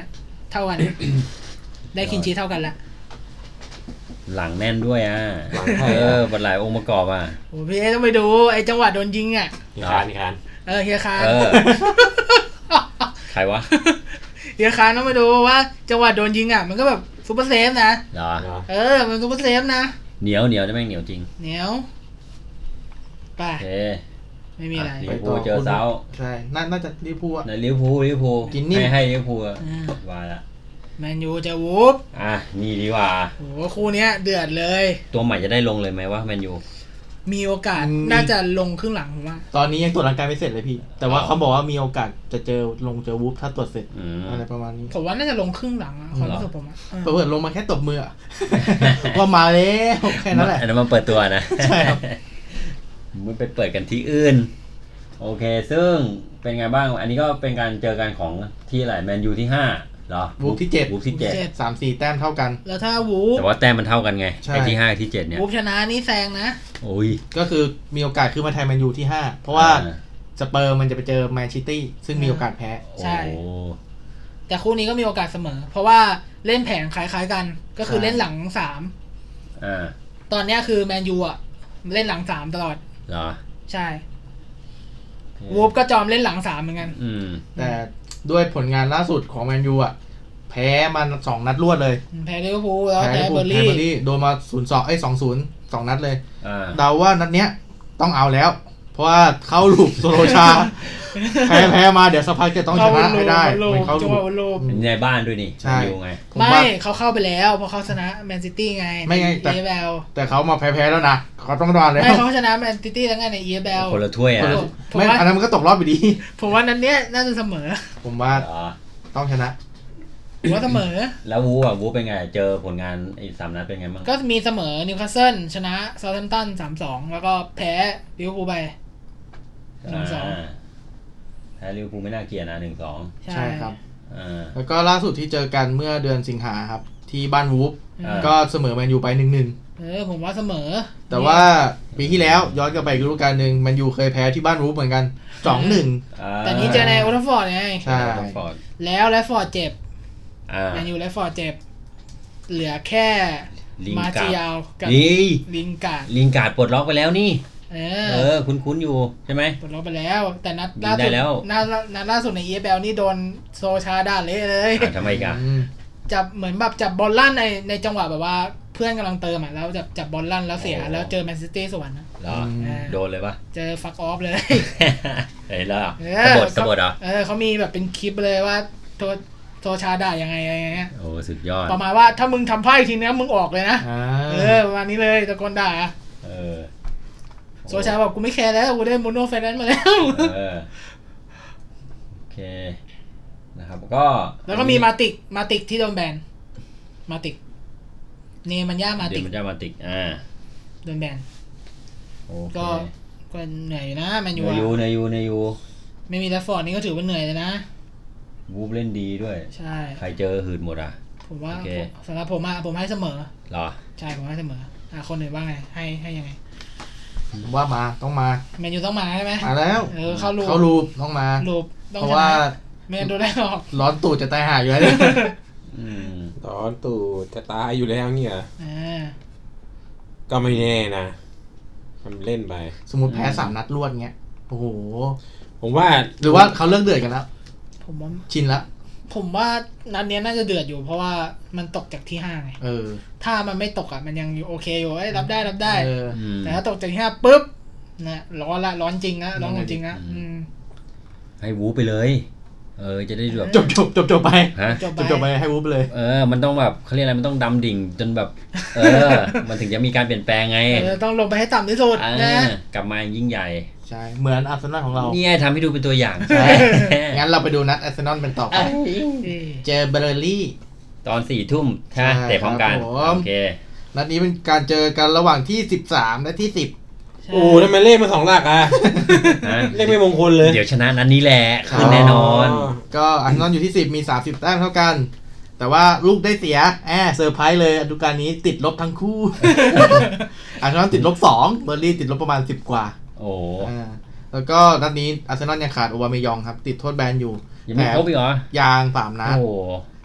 B: เท่ากัน ได้คินชีเท่ากันละ
A: หลังแน่นด้วยอ่ะ
C: หลังไทย
A: เอ
C: อ่ะ
A: อบันหลายองค์ประกอบอ่ะ
B: โอ้พี่เอต้องไปดูไอ้จังหวะโดนยิงอ่ะ
C: นี่คานนี่คาน
B: เออเฮียคาน
A: เออ ใครวะ
B: เฮียคานต้องไปดูว่าจังหวะโดนยิงอ่ะมันก็แบบซุปเปอร์เซฟนะ
A: เหรอ
C: เนาะ
B: เออมันซุปเปอร์เซฟนะ
A: เหนียวเหนียวจะแม่งเหนียวจริง
B: เหนียวไป
A: โอเค
B: ไม่มีอะไร
A: ลิเวอร์พูลเจอเซาท์
D: ใช่น่าน่าจะลิเวอร์พูลอะ
A: ในลิเวอร์พูลลิเวอร์พูล
D: กินนิ่ม
A: ให้ให้ลิเวอร์พูลอะ
B: อืม
A: ว่าละ
B: แมนยูจะวูฟ
A: อ่ะนี่ดีกว่า
B: โอ้โหคู่เนี้ยเดือดเลย
A: ตัวใหม่จะได้ลงเลยไหมว่าแมนยู
B: มีโอกาสน่าจะลงครึ่งหลังผมว่า
D: ตอนนี้ยังตรวจร่างกายไม่เสร็จเลยพี่ แต่ว่าเขาบอกว่ามีโอกาสจะเจอลงเจอวูฟถ้าตรวจเสร็จ
A: อืม
D: อะไรประมาณนี้
B: ผมว่าน่าจะลงครึ่งหลังอะความรู้สึกผมอะเออ
D: เปิดลงมาแค่ตบมืออะ ว่ามาแล้วแค่นั้นแหละ
A: อันนั้นมันเปิดตัวนะ
D: ใช่ครับ
A: มันไปเปิดกันที่อื่น โอเค ซึ่งเป็นไงบ้าง อันนี้ก็เป็นการเจอกันของที่อะไรแมนยูที่ห้าเหรอ
D: วูฟที่เจ็ด
A: วูฟที่เจ็ด
D: สามสี่แต้มเท่ากัน
B: แล้วถ้าวูฟ
A: แต่ว่าแต้มมันเท่ากันไง
D: ใช่
A: ไอ้ที่ห้าที่เจ็ดเนี่ย
B: วูฟชนะนี่แซงนะ
A: โอ้ย
D: ก็คือมีโอกาสขึ้นมาแทนแมนยูที่ห้าเพราะว่า
A: อ่
D: สเปอร์มันจะไปเจอแมนซิตี้ซึ่งมีโอกาสแพ้
B: ใช่
A: โอ้
B: แต่คู่นี้ก็มีโอกาสเสมอ เพราะว่าเล่นแผนคล้ายๆกัน ก็คือ
D: ใช่
B: เล่นหลังสาม
A: อ่า
B: ตอนเนี้ยคือแมนยูอ่ะเล่นหลังสามตลอด
A: เหรอ
B: ใช่วูฟก็จอมเล่นหลังสามเหมือนกัน
A: อืม
D: แต่ด้วยผลงานล่าสุดของแมนยูอ่ะแพ้มาสองนัดรวดเลย
B: แพ้ลิเวอร์พูลแล้ว
D: แพ้
B: แพ้เบอร์
D: แพ้
B: ลี่
D: เบอร์ลี่โดนมาศูนย์สองไอ้สองศูนย์สองนัดเลย
A: อ่า
D: เดาว่านัดเนี้ยต้องเอาแล้ว เพราะว่าเข้าลูปโซโลชา แพ้แพ้มาเดี๋ยวสักพักจะต้องชนะให้ได้
B: เข้า
D: ไม่เข้า
B: จั
D: ลู
B: งหวะ
D: ป
B: ลูป
A: เป็นในบ้านด้วยนี่
D: ใช่
A: แมนยูไง
D: ผม
B: ไม่
D: ว่า
B: เขาเข้าไปแล้วเพราะเขาชนะแมนซิตี้ไง
D: ไม่ไงแต่
B: เอเบล
D: แต่เขามาแพ้ๆแล้วนะเขาต้องนอนแล้ว
B: ไม่เขาชนะแมนซิตี้แล้วไงในเอเบล
A: คนละถ้วยอ่ะ
B: ผม
D: ไม่
B: ว่า
D: อันนั้นมันก็ตกรอบอยู่ดี
B: ผมว่านั้นเนี้ยน่าจะเสมอ
D: ผมว่า
A: เหรอ
D: ต้องชนะ
B: ผมว่าเสมอ
A: แล้ววูอ่ะวูเป็นไง เจอผลงานไอ้สามนัดเป็นไงบ้าง
B: ก็มีเสมอนิวคาสเซิลชนะเซาท์แฮมป์ตัน สามสอง แล้วก็แพ้ลิเวอร์พูลไป หนึ่งสอง
A: าแพ้ลิเวอร์พูลไม่น่าเกลียดนะหนึ่งสอง
D: ใช่ครับ
A: อ่า
D: แล้วก็ล่าสุดที่เจอกันเมื่อเดือนสิงหาครับ ที่บ้านวูฟ
A: อ่า
D: ก็เสมอแมนยูไปหนึ่งหนึ่ง
B: เออผมว่าเสมอ
D: แต่ว่าปีที่แล้วย้อนกลับไปอีกฤดูกาลหนึ่งแมนยูเคยแพ้ที่บ้านวูฟเหมือนกันสองหนึ่ง
B: แต่นี้เจอในโอลด์แทัฟฟอร์ดไง
D: ใช่
A: ฟอร์ด
B: แล้วแรดฟอร์ดเจ็บ
A: อ่า
B: แมนยูแรดฟอร์ดเจ็บ เหลือแค่
A: ลิง
B: มา
A: การ์
B: จิ
A: ด
B: ยาวกับ
A: นี่
B: ลิงการ์ด
A: ลิงการ์ดปลดล็อกไปแล้วนี่
B: เอ
A: เอ
B: อ
A: อ คุ้นๆอยู่ใช่ไหม
B: ปลดล็อกไปแล้ว แต่นัด
A: ยิง
B: ล่า
A: ได้
B: สุด
A: แล้ว
B: นัดนัดล่าสุดในเอเบลนี่โดนโซชาด่าเละเลย
A: อ่ะทำไมอีกัน
D: อืม
B: จับเหมือนแบบจับบอลลั่นในในจังหวะแบบว่าเพื่อนกำลังเติมอ่ะแล้วจับจับบอลลั่นแล้วเสีย
A: โอ้
B: แล้วเจอแมนซิตี้สวนนะ
A: เหรอ
B: อืม
A: โดนเลยปะ
B: เจอฟักออฟเลย
A: เห็นแล้วเหรอ
B: เอก
A: บ
B: อ
A: ฏกบฏเหรอ
B: เออเขามีแบบเป็นคลิปเลยว่าโทโซชาด่ายังไงอะไรเงี้ย
A: โอ้สุดยอด
B: ประมาณว่าถ้ามึงทำพลาดอีกทีเนี้ยมึงออกเลยนะ
D: อ่า
B: เออประมาณนี้เลยตะโกนด่า
A: เออ
B: โซชาบอกกูไม่แคร์แล้วกูได้มูโนไฟแนนซ์มาแล้ว
A: เออโอเคนะครับก็
B: แล้วก็มีมาติกมาติกที่โดนแบนมาติกเนมันย่ามา
A: เดี๋
B: ติ
A: ย
B: ก
A: วมันจะมาติกอ่า
B: โดนแบน
A: โอเค
B: ก็ก็เหนื่อยอยู่นะแมนยู
A: เน
B: อะ
A: ยูเนยูเนยู
B: ไม่มีแรดฟอร์ดนี่ก็ถือว่าเหนื่อยเลยนะ
A: วูฟเล่นดีด้วย
B: ใช่
A: ใครเจอหืดหมดอ่ะ
B: ผมว่า
A: โอเค
B: สำหรับผมอะผมให้เสมอ
A: เหรอ
B: ใช่ผมให้เสมออ่ะคนอื่นว่าไงให้ให้ยังไง
D: ผมว่ามาต้องมา
B: แมนยูต้องมาใช่ไหม
D: มาแล้ว
B: เออเข้าลูป
D: เข้าลูปต้องมา
B: ลูปต้อง
D: เพราะ
B: ช
D: ว่า
B: นะไม่งั้นโดนได้หรอก
D: ร้อนตูดจะตายห่าอยู่แล้ว
A: อืม
C: ตอนตู่จะตายอยู่แล้วเนี่ย
B: อ่า
C: ก็ไม่แน่นะมันเล่นไป
D: สมมติแพ้สามนัดรวดเงี้ยโอ้โห
C: ผมว่า
D: หรือว่าเขาเลิกเดือดกันแล้ว
B: ผมว่า
D: ชินละ
B: ผมว่านัดเนี้ยน่าจะเดือดอยู่ เพราะว่ามันตกจากที่ห้าไง
D: เออ
B: ถ้ามันไม่ตกอ่ะมันยังอยู่โอเคอยู่เอ้ยรับได้รับได้
D: เออ
A: อืม
B: แต่ถ้าตกจากที่ห้าปุ๊บนะร้อนละร้อนจริงนะร้อนของจริงนะ
A: อืม
B: อืม
A: ให้วูฟไปเลย เออ จะได้แบบ
D: จบจบจบจบไป
A: ฮะ
B: จบ
D: จบจบไปให้วูบเลย
A: เออ มันต้องแบบเขาเรียกอะไร มันต้องดำดิ่งจนแบบ เออ มันถึงจะมีการเปลี่ยนแปลงไง
B: เออต้องลงไปให้ต่ำที่สุด
A: อ่า
B: นะ
A: กลับมายิ่งใหญ่
D: ใช่ เหมือนอาร์เซนอลของเรา
A: นี่ไงทำให้ดูเป็นตัวอย่าง
D: ใช่ งั้นเราไปดูนัดอาร์เซนอลเป็นต่อไป
B: เอ้ย
D: เจอเบอร์ลี่
A: ตอนสี่ทุ่มใช่ไหม
D: ใช่
A: เตะพร้อมกัน
D: ครับผม
A: โอเค
D: นัดนี้เป็นการเจอกันระหว่างที่สิบสามและที่สิบ
B: ใช่
C: โอ้ทำไมเลขมาสองหลักอ่ะ
A: ฮะ
C: เลขไม่มงคลเลย
A: เดี๋ยวชนะนั้นนี้แหละขึ้นแน่นอน
D: ก็อาร์เซนอลอยู่ที่สิบมีสามสิบแต้มเท่ากัน แต่ว่าลูกได้เสียแอบเซอร์ไพรส์เลยฤดูกาลนี้ติดลบทั้งคู่ อาร์เซนอลติดลบสองเบอร์ลี่ติดลบประมาณสิบกว่า
A: โอ้
D: อ่าแล้วก็นัดนี้อาร์เซนอลยังขาดโอบาเมยองครับ ติดโทษแบนอยู่
A: ยังไม่ครบอีกเหรอ
D: ยางสามนัด
A: โอ้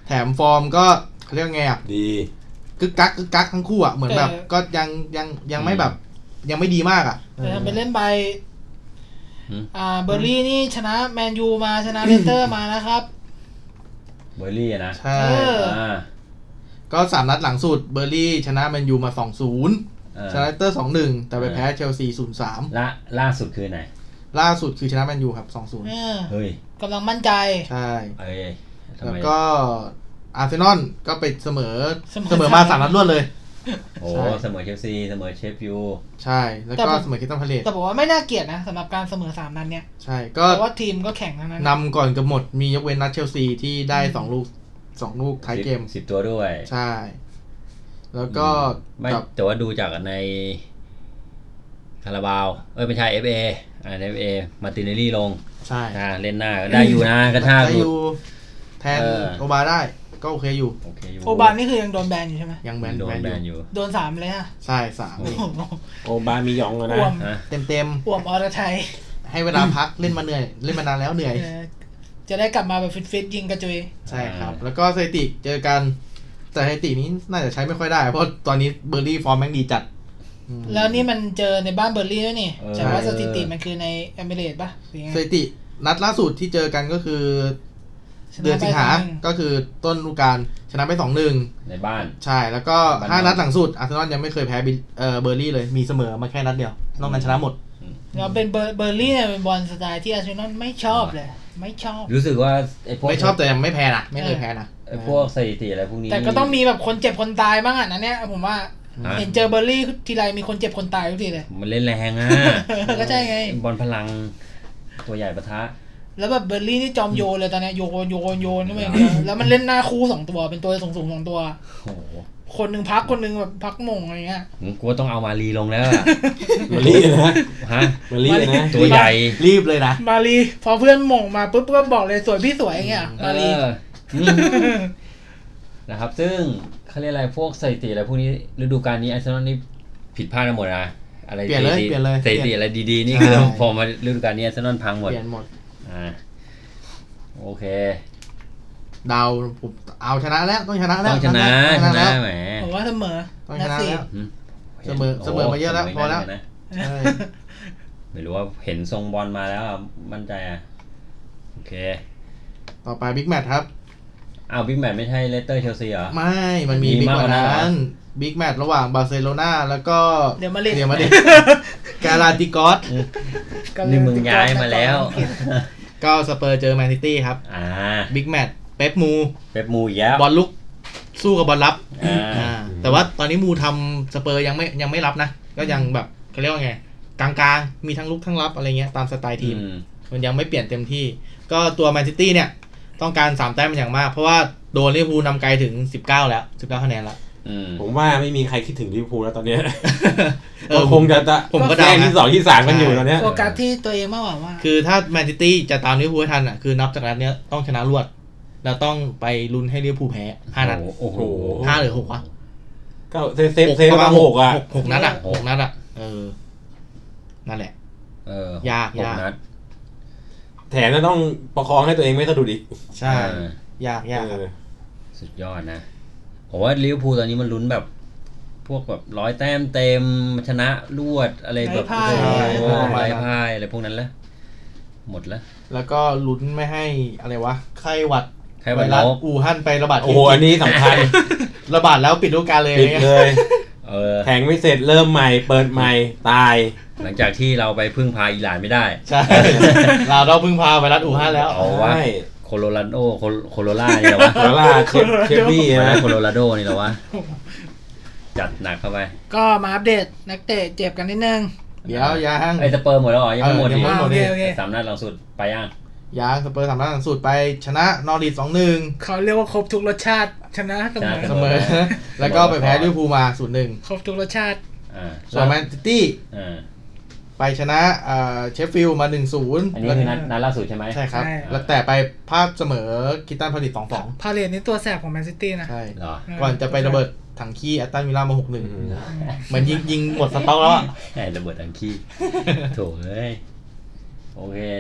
D: แถมฟอร์มก็เขาเรียกไงอ่ะ
C: ดี
D: กึกกักกึกกักทั้งคู่อ่ะเหมือนแบบก็ยังยังยังไม่แบบยังไม่ดีมากอ่ะ
B: แต่ทำไปเล่นไป
A: หืม
B: อ่าเบอร์ลี่นี่ชนะแมนยูมาชนะเลสเตอร์มานะครับ
A: เบอร์รี่อะนะ
D: ใช่
B: เออ
A: อ่า
D: ก็สามนัดหลังสุดเบอร์ลี่ชนะแมนยูมา สองศูนย์
A: เออ
D: ชนะเลสเตอร์ สองหนึ่ง แต่ไปแพ้เชลซี ศูนย์สาม
A: ล่าล่าสุดคือไหน
D: ล่าสุดคือชนะแมนยูครับ สองศูนย์
B: เออ
A: เฮ้ย
B: กำลังมั่นใจ
D: ใช่
A: เอ้ยทำ
D: แล้ว
A: ไม
D: ก็อาร์เซนอลก็ไปเสมอ
B: เสมอ
D: เสมอมาสามนัดรวดเลย
A: โอ้
D: ใช่
A: เสมอเชลซีเสมอเชฟยู
D: ใช่ แล้วก็เสมอคิตันพาเลต
B: แต่บอกว่าไม่น่าเกลียดนะสำหรับการเสมอสามนัดเนี้ย
D: ใช่ก็
B: เพราะว่าทีมก็แข่งทั้งนั้น
D: นำก่อนกับหมดมียกเว้นนัดเชลซีที่ได้สองลูกสองลูกท้ายเกม
A: สิบตัวด้วย
D: ใช่ แล้วก็
A: ไม่
D: กับ
A: แต่ว่าดูจากในคาราบาวเอ้ยไม่ใช่ เอฟ เอ อ่า เอฟ เอ มาร์ติเนลลี่ลง
D: ใช่
A: อ่าเล่นหน้าก็ได้อยู่นะกระชาก
D: ได้
A: หลุ
D: อ
A: ด
D: ยู่แทน
A: เออ
D: โอบาได้ก็โอเคอยู่
A: โอเคอยู่
B: โอบานนี่คือยังโดนแบนอยู่ใช่ไหม
D: ยังแมน
A: โดน
D: แมน
A: แบ
D: อน
A: อยู่ ยู่
B: โดนสามเลยฮะ
D: ใช่สาม
B: โอ้โห
C: โอบามีหยองอะนะ
B: อ้วม
A: ฮะ
D: เต็มเต็ม
B: อ้วมอรไทย
D: ๆให้เวลาพักเล่นมาเหนื่อย เล่นมานานแล้วเหนื่อย
B: เออจะได้กลับมาแบบฟิตๆยิงกระจุย
D: ใช่ครับ แล้วก็สถิติเจอกัน แต่สถิตินี้น่าจะใช้ไม่ค่อยได้ เพราะตอนนี้เบอร์รี่ฟอร์มแม่งดีจัดอืม
B: แล้วนี่มันเจอในบ้านเบอร์ลี่ด้วยนี่
A: เออ
B: แต่ว่าสถิติมันคือในเอมิเรตส์ป่ะหรือไง
D: สถิตินัดล่าสุดที่เจอกันก็คือ
B: ชะ
D: เดือนสิงหา
B: ไปสองนึ่ง
D: ก็คือต้นฤดูกาลชนะไปสองหนึ่ง
A: ในบ้าน
D: ใช่ แล้วก็
A: บ้าน
D: ห้า
A: เรา
D: นัดหลังสุดอาร์เซนอลยังไม่เคยแพ้บิลเอ่อเบอร์ลี่เลยมีเสมอมาแค่นัดเดียวนอกนั้นชนะหมด
B: เราเป็นเบอร์เบอร์ลี่เนี่ยเป็นบอลสไตล์ที่อาร์เซนอลไม่ชอบเลย ไม่ชอบ
A: รู้สึกว่าไอ้พวก
D: ไม่ชอบแต่ยังไม่แพ้นะไม่เคยแพ้นะ
A: ไอ้พวกสถิติอะไรพวกนี้
B: แต่ก็ต้องมีแบบคนเจ็บคนตายบ้างอ่ะนะเนี่ยผมว่า
A: ฮะ
B: เห็นเจอเบอร์ลี่ทีไรมีคนเจ็บคนตายทุกทีเลย
A: มันเล่นแรงอ่ะ
B: ก็ใช่ไง
A: บอลพลังตัวใหญ่ปะทะ
B: แล้วแบบเบอร์ลี่นี่จอมโยนเลยตอนเนี้ยโยนโยนโยนนี่มาอย่างเดียวแล้วมันเล่นหน้าคู่สองตัวเป็นตัวสูงสูงๆสองตัว
A: โอ้โห
B: คนหนึ่งพักคนหนึ่งแบบพักหม่งอะไรเงี้ย
A: ผมกลัวต้องเอามารีลงแล้วอะ
C: มารีนะ
A: ฮะ
C: มารีนะ
A: ตัวใหญ่
D: รีบเลยนะ
B: มารีพอเพื่อนหม่งมาปุ๊บก็บอกเลยสวยพี่สวยอย่างเงี้ยมารี
A: เอออืมนะครับ ซึ่งเขาเรียกอะไรพวกสถิติอะไรพวกนี้ฤดูกาลนี้อาร์เซนอลนี่ผิดพลาดกันหมดนะอะไร
D: เปลี่ยนเลย
A: สถิติ
D: เปลี่ยนเลย
A: สถิติอะไรดีๆนี่
D: ใช่
A: คือพอมาฤดูกาลนี้อาร์เซนอลพังหมด
D: เปลี่ยนหมด
A: อ่าโอเค
D: เดาวผมเอาชนะแล้วต้องชนะแล้ว
A: ต้องชนะ
D: ต้อง
A: ช
D: ช
A: นะ
D: นะแล้ว
A: แหม
B: ผมว่าเสมอ
D: ต้อง
B: นั
D: ช
B: ด
D: นะ
B: สี่
D: แล้ว
A: อืม
D: เสมอเสมอมาเยอะแล้ว
A: โโห
D: พอแล้ว
A: เสมนะ
D: ใช่
A: ไม่รู้ว่าเห็นทรงบอลมาแล้วอะมั่นใจอ่ะโอเค
D: ต่อไปบิ๊กแมตช์ครับ
A: อ้าวบิ๊กแมตช์ไม่ใช่เลสเตอร์เชลซีเหรอ
D: ไม่ มันมี
A: มี
D: บิ๊ก
A: มาก
D: ก
A: ก
D: ว่า
A: ว่านั้นเหรอ
D: นั้นบิ๊กแมตช์ระหว่างบาร์เซโลนาแล้วก็
B: เดี๋ยวมาเล่น
D: เรียลมาดริดกาลาติกอส
A: นี่มึงย้ายมาแล้ว
D: ก็สเปอร์เจอแมนซิตี้ครับ
A: อ่า
D: บิ๊กแมตช์เป๊ปมู
A: เป๊ปมูอีกแล้ว
D: บอลลุกสู้กับบอลรับ
A: อ่า
D: อ่าแต่ว่าตอนนี้มูทำสเปอร์ยังไม่ยังไม่รับนะ ก็ยังแบบเขาเรียกว่าไง กลางๆ มีทั้งลุกทั้งรับอะไรเงี้ยตามสไตล์ทีม
A: อืม
D: มันยังไม่เปลี่ยนเต็มที่ ก็ตัวแมนซิตี้เนี่ย ต้องการสามแต้มเป็นอย่างมาก เพราะว่าโดนลิเวอร์พูลนำไกลถึงสิบเก้าแล้วสิบเก้าคะแนนแล้ว
A: อืม
C: ผมว่าไม่มีใครคิดถึงลิเวอร์พูลแล้วตอนเนี้ย
D: เอ
C: ก็
D: อ
C: คงจะจะ
D: ผมก็
C: แย่
D: เดาง นะ
C: ที่สองที่สามกันอยู่ตอนเนี้ย
B: โฟกัสที่ตัวเองมากกว่าว่า
D: คือถ้าแมนซิตี้จะตามลิเวอร์พูลให้ทันอ่ะคือนับจากนัดเนี้ยต้องชนะรวด แล้วต้องไปลุ้นให้ลิเวอร์พูลแพ้ห้านัด
A: โอ้โห
D: ห้าหรือหกวะ
C: ก็เซฟเซฟเซฟมาหกอ่ะ
D: หกหกนัดอ่ะ
A: หก
D: หกนัดอ่ะเออนั่นแหละ
A: เออ
D: ยาก
A: หก
D: ยาก
A: นัด
C: แถมจะต้องประคองให้ตัวเองไม่สะดุดอีก
D: ใช่
A: เออย
D: ากยากครับ
C: เออ
A: สุดยอดนะผมว่าลิเวอร์พูลตอนนี้มันลุ้นแบบ พวกแบบร้อยแต้มเต็มชนะรวดอะไรแบบ
B: ไร้พ่าย
A: โอ้โห
D: ไร้
A: ไร้
D: พ่าย
A: พ่ายอะไรพวกนั้นแหละหมดแล้ว
D: แล้วก็ลุ้นไม่ให้อะไรวะไข้หวัด
A: ใครวัน
D: ไว
A: น
D: รัส
A: ก
D: อู่ฮั่นไประบาด
C: โอ้โหอันนี้สำคัญ
D: ระบาดแล้วปิดฤดูกาลเลย
C: ปิด
D: อะไรเงี้ย
C: เลย
A: เออ
C: แข่งไม่เสร็จเริ่มใหม่เปิดใหม่ตาย
A: หลังจากที่เราไปพึ่งพาอิหร่านไม่ได้
D: ใช่ เราต้องพึ่งพาไวรัสอู่ฮั่นแล้ว
A: เอาวะ
C: ใช่
A: โคโลราโดโคโคโรล่านี่เหรอวะ
C: โคราชเชฟเชฟบี้
A: ไวรั
C: นะ
A: สโคโลราโดนี่เหรอวะจัดหนักเข้าไป
B: ก็มาอัปเดตนักเตะเจ็บกันนิดนึง
D: เดี๋ยวยัง
A: ไอ้สเปอร์หมดแล้วเหรอยังไม่หมด
D: เออยั
A: ดิ
D: งไม่หมด
B: โอเคโอเค
A: สามนัดหลังสุดไปยัง
D: ยังสเปอร์สามนัดหลังสุดไปชนะนอริทสองหนึ่ง
B: เขาเรียกว่าครบทุกรสชาติ ชนะเสมอ
D: เสมอ แล้วก็ไปแพ้ลิเวอร์พูลมาศูนย์หนึ่ง
B: ครบทุกรสชาติ
A: อ่า
D: ส่วนแมนซิตี้
A: อ่า
D: ไปชนะเอ่อเชฟฟิลด์มาหนึ่งศูนย์
A: อันนี้คือนัดนัดล่าสุดใช่ไหม
D: ใช่ครับ
B: ใช่
D: แล้วแต่ไปภาพเสมอคิตันพาริสสองสอง
B: พาเลทนี่ตัวแสบของแมนซิตี้นะ
D: ใช่
A: เหรอ
D: ก่อนจะไประเบิดถังขี้แอตตันวิลล่ามาหกหนึ่งเหมือนยิงยิงหมดสต็อกแล้วอะ
A: ไอ้ระเบิดอังคี โถเอ้ยโอเค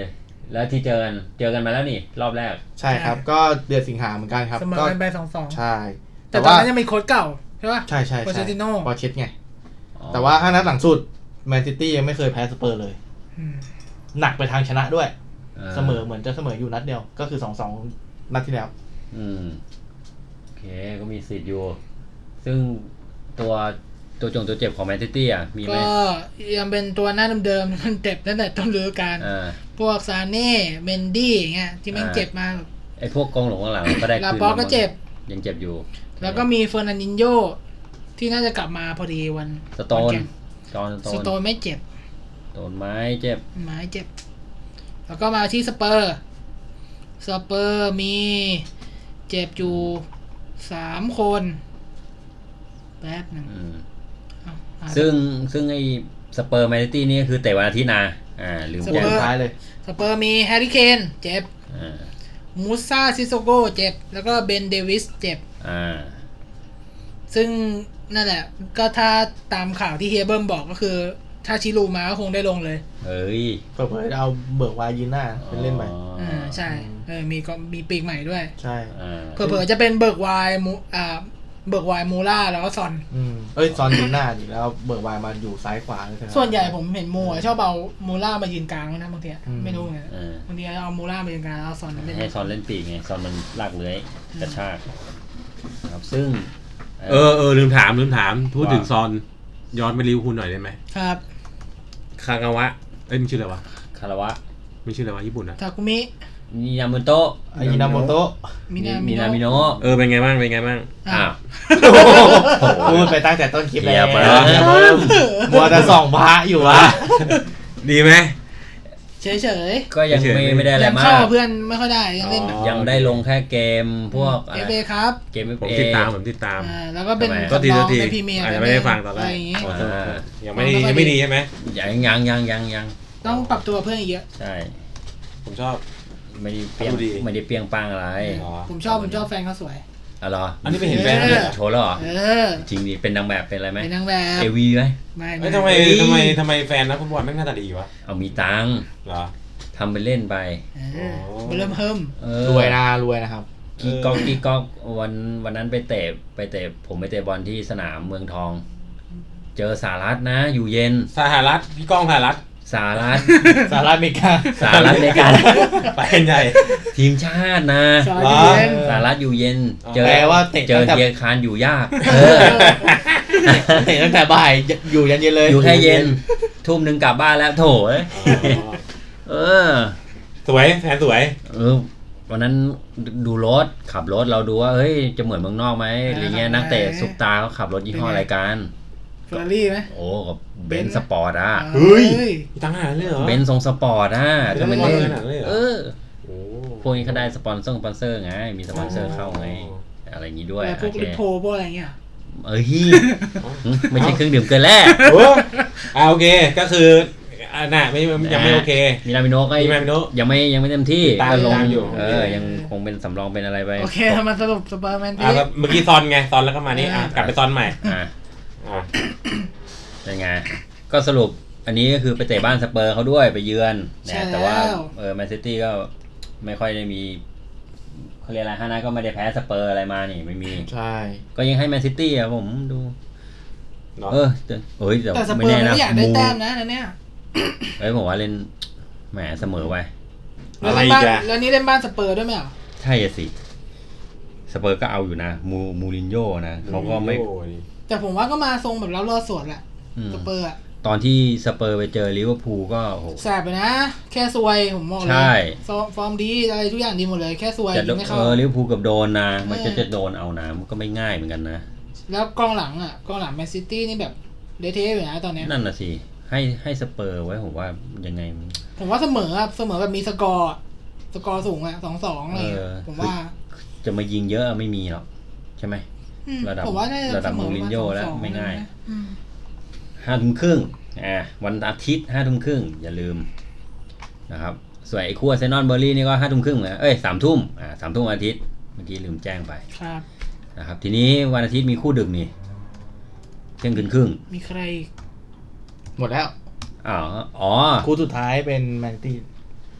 A: แล้วที่เจอกันเจอกันมาแล้วนี่รอบแรก
D: ใช่ครับ ก็เดือนสิงหาเหมือนกันครับ
B: เสมอ
D: ก็
B: กันไปสองสอง
D: ใช่
B: แต่ตอนนั้นยังเป็นโค้ชเก่าใช่ป่ะ
D: ใช่ใช่
B: โปเช
D: ใช่
B: ติโน่
D: ปอเช็ดไง
A: อ๋อ
D: แต่ว่าห้านัดหลังสุดแมนซิตี้ยังไม่เคยแพ้สเปอร์เลย
B: อืม
D: หนักไปทางชนะด้วย
A: า
D: เสมอเหมือนจะเสมออยู่นัดเดียว ก็คือสองสองนัดที่แล้ว
A: อืมโอเคก็มีสิทธิ์อยู่ ซึ่งตัวตัวจงตัวเจ็บของแมนซิตี้อ่ะมีไหม
B: ก็ยังเป็นตัวหน้าเดิมๆ มันเจ็บตั้งแต่ต้นฤดูกาล
A: อ่า
B: พวกซาเน่เมนดี้อย่างเงี้ยที่แม่ง
A: อ่า
B: เจ็บมาแบบ
A: ไอ้พวกกองหลงข้างหลังก็ได้
B: ลา
A: คืน
B: ปอกก็เจ็บ
A: ยังเจ็บอยู่
B: แล้วก็มีเฟอร์นันดินโญที่น่าจะกลับมาพอดีวัน
A: สโต
B: วัน
A: น
B: แข่ง
A: จอห์นส
B: ส
A: โต
B: โต
A: น
B: นไม่เจ็บ
A: โดนไม้เจ็บ
B: ไม้เจ็บ แล้วก็มาที่สเปอร์สเปอร์มีเจ็บอยู่สามคนแป๊บหนึง
A: อืม
B: เอาเอา
A: ซึ่งซึ่งไอ้สเปอร์แมนซิตี้นี่คือเตะวันอาทิตย์นะอ่าลืม
B: ส
D: เก
A: แจ้
D: ม
A: ง
D: สุดท้ายเลย
B: สเปอร์มีแฮร์รี่เคนเจ็บ
A: อ่า
B: มูซาซิโซโกเจ็บ แล้วก็เบนเดวิสเจ็บ
A: อ่า
B: ซึ่งนั่นแหละ ก็ถ้าตามข่าวที่เฮียเบิร์มบอกก็คือ ถ้าชิลูมาก็คงได้ลงเลย
A: เฮ้ย
D: เผื่อๆจะเอาเบิร์กวายยืนหน้าเป็นเล่นไป
B: อ่าใช่เออมีก็มีปีกใหม่ด้วย
D: ใช่
A: อ่า
B: เผื่อๆจะเป็นเบิร์กไวน์มูอ่าเบิร์กไวน์มูล่าแล้วก็ซอน
D: อืมเอ้ยซอนยืนหน้าดิแล้วเบิร์กวายมาอยู่ซ้ายขวาเลย
B: ส่วนใหญ่ผมเห็นมูอะชอบเอามูล่ามายืนกลางนะบางทีอะ
D: อืม
B: ไม่รู้ไง
A: อ่า
B: บางทีเอามูล่ามายืนกลางแล้วเอาซอนมาเล่น
A: ให้ซอนเล่นปีกไงซอนมันลากเลื้อยกระชากครับซึ่ง
C: เออเออลืมถามลืมถามพูดถึง
A: ว่า
C: ซอนย้อนไปลิเวอร์พูลหน่อยได้ไหม
B: ครับ
C: คากาวะเอ้ยมันชื่ออะไรวะ
A: คาราวะ
C: ไม่ชื่ออะไรวะญี่ปุ่นอะ
B: ทาคุมิ
A: มินามุโตะ
D: อายินาโมโตะ
B: มินา
A: มิ
B: มิ
A: นา
B: โนะ
A: มิโนะ
C: เออเป็นไงบ้างเป็นไงบ้าง
B: อ่า
A: อ้าว
D: พูดไปตั้งแต่ต้นคลิป
A: เกี
D: แล้
A: ยว ร์เปิด
D: มัวแต่ส่องพระอยู่วะ
C: ดีไหม
B: เฉยเฉย
A: ก็ยังไม่
C: เฉยๆ
A: ไม่ได้
B: ๆ
A: อะไร
B: ยัง
A: มา
B: เข้าก กับเพื่อนไม่ค่อยได้ยังเล่นแบบ
C: อ๋อ
A: ยังได้ลงแค่เกมพวกอะ
B: เอ
A: ไร
B: ฟเอครับ
A: เกมเอฟ
C: ผม
A: เอ
C: ติดตามผมติดตาม
B: อ่าแล้วก็เป็น
A: ทำไม
C: ก็ที
B: สำร
C: ละ
B: อง
C: ที
B: ในพรีเมียร์
C: อาจจะไม่ได้ฟังตอนแร
B: ะ
C: ก
B: ไรอย่างงี้
C: โอ้โห
A: อ่า
C: ยังไม่ดียังไม่ดีใช่ไหม
A: ยังยังยังยังยัง
B: ต้องปรับตัวเพื่อนอีกเยอะ
A: ใช่
C: ผมชอบ
A: ไม่ได้เปรียง
C: ดูดี
A: ไม่ได้เปรียงปังอะไร
C: อ๋อ
B: ผมชอบผมชอบแฟนเขาสวย
A: อ๋อเหรอ
C: อันนี้ไปเห็นแฟน
B: เออ
A: โชว์แล้วเหรอ
B: เออ
A: จริงดิเป็นนางแบบเป็นอะไรไหม
B: เป็นนางแบบ
A: เอวีไหม
B: ไม่
C: เอ้
B: ไม่
C: ยทำไม
A: เฮ้ย
C: ทำไมทำไมแฟนนักฟุตบอลแม่งหน้าตาดีวะ
A: เอามีตังค์
C: เหรอ
A: ทำไปเล่นไป
B: เออเริ่มเพิ่ม
A: เออ
D: รวยนะรวยนะครับ
A: กีกอกกีกอกวันวันนั้นไปเตะไปเตะผมไปเตะบอลที่สนามเมืองทอง เจอสารัตนะ อยู่เย็น
C: สหรัฐพี่ก้องสหรัฐ
A: สารัต
D: สหรัฐอเมริกา
A: สารัตในการ
C: ไปกันใหญ่
A: ทีมชาตินะ
B: สา
C: เหรอ
B: เย็น
A: สารัตอยู่เย็น
C: อ๋อ
A: เจอ
D: แปลว่าเตะ
A: เจอ
D: ตั้งแต่
A: เฮียคานอยู่ยาก เออ
D: เตะตั้งแต่บ่ายอยู่ยันเย็นเลย
A: อยู่แค่เย็น ทุ่มหนึ่งกลับบ้านแล้วโถเอ้ย
C: อ๋อ
A: เออ
C: สวยแฟนสวย
A: เออวันนั้นดูรถขับรถเราดูว่าเฮ้ยจะเหมือนเมืองนอกไหมอะไรเงี้ยนักเตะซุปตาร์เขาขับรถยี่ห้ออะไรกัน
B: เฟอร์รารี่ไหม
A: โอ้กับเบนซ์สปอร์ตอ่ะ
C: เฮ้ย มีตังค์ขนาดนั้นเลยเหรอ
A: เบนซ์ทรงสปอร์ตอ่ะ
C: เบนซ์
A: ถ้าไม่
C: สปอร์
A: เล่
C: ต
A: น
C: ขนาดนั้นเลยเหรอ
A: เออ
C: โอ้
A: พวกนี้เขาได้สปอนเซอร์สปอนเซอร์ไงมีสปอนเซอร์เข้าไง
C: อ๋อ
A: อะไรอย่างงี้ด้วย
B: อะไรพวก
A: โอเค
B: ลิโพพวกอะไรเงี้ย
A: เอ้ยไม่ใช่เครื่องดื่มเกินแร่
C: โอ้อ่าโอเค ก็คืออ่าน่ะไม่ยังไม่โอเค
A: มินามิโนะก็
C: มินามิโนะ
A: ยังไม่ยังไม่เต็มที่
C: ตาม
A: ก็ลง
C: ตามอยู่
A: เออยังคงเป็นสำรองเป็นอะไรไป
B: โอเคทำมาสรุปสเปอร์แมน
C: อ่า
B: ที
C: แล้วเมื่อกี้ซอนไงซอนแล้วก็มานี่อ่ะกลับไปซอนใหม่
A: อ่ะ
C: อ่า
A: เป็นไงก็สรุปอันนี้ก็คือไปเตะบ้านสเปอร์เขาด้วยไปเยือนนะแต่ว่าเออแมนซิตี้ก็ไม่ค่อยได้มีเขาเรียกอะไรฮานาก็ไม่ได้แพ้สเปอร์อะไรมานี่ไม่มี
D: ใช่
A: ก็ยังให้แมนซิตี้อะผมดู
C: เนาะ
A: เออแต่เอ้ยแต่
B: แต่สเป
A: ไม่
B: อร์
A: แน่
B: มัน
A: นะ
B: ก็อยากได้
A: มู
B: แต้มนะนั่นเนี่ย
A: เอ้ยผมว่าเล่นแหมเสมอไว้
B: แล้ว
C: อะไร
B: เล่น
C: อี
B: บ้าน
C: กอะ
B: แล้วนี่เล่นบ้านสเปอร์ด้วยไหมอ่ะ
A: ใช่อะสิสเปอร์ก็เอาอยู่นะมูมูรินโญ่นะเขาก็ไม่
C: โอ้ย
B: แต่ผมว่าก็มาทรงแบบเล้ารอดสวนแหละ
A: อืม
B: สเปอร์อะ
A: ตอนที่สเปอร์ไปเจอลิเวอร์พูลก็โอ้โห
B: แสบไปนะ แค่ซวยผมบอกเล
A: ใช่
B: ยฟอร์มฟอร์มดีอะไรทุกอย่างดีหมดเลยแค่ซวย
A: จะ
B: ยิงไม่
A: เอ
B: เข้า
A: อลิเวอร์พูลกับโดนนะมันจะ
B: เออ
A: จะโดนเอานะมันก็ไม่ง่ายเหมือนกันนะ
B: แล้วกองหลังอ่ะกองหลังแมนซิตี้นี่แบบเละเทะอยู่นะตอนเนี้ย
A: นั่นน่ะสิให้ให้สเปอร์ไว้ผมว่ายังไง
B: ผมว่าเสมออะเสมอแบบมีสกอร์อะสกอร์สูงอะสองสองอะไรเงี้ย
A: เออ
B: ผมว่า
A: จะมายิงเยอะไม่มีหรอกใช่ไหม
B: อืม
A: ระดับ
B: ผมว่าน่าจะ
A: ระดับ
B: เสมอ
A: มูรินโญ่แล้ว
B: ประาณ
A: ไม่ง่าย
B: สอสออืม
A: ห้าทุ่มครึ่งอ่าวันอาทิตย์ห้าทุ่มครึ่งอย่าลืมนะครับส่วนไอ้คู่อาร์เซนอลเบอร์ลี่นี่ก็ห้าทุ่มครึ่งเหมือนกันเอ้ยสามทุ่มอ่าสามทุ่มวันอาทิตย์เมื่อกี้ลืมแจ้งไป
B: ครับ
A: นะครับทีนี้วันอาทิตย์มีคู่ดึกนี่เที่ยงคืนครึ่ง
B: มีใครอีก
D: หมดแล้ว
A: อ๋ออ๋อ
D: คู่สุดท้ายเป็นแมนตี้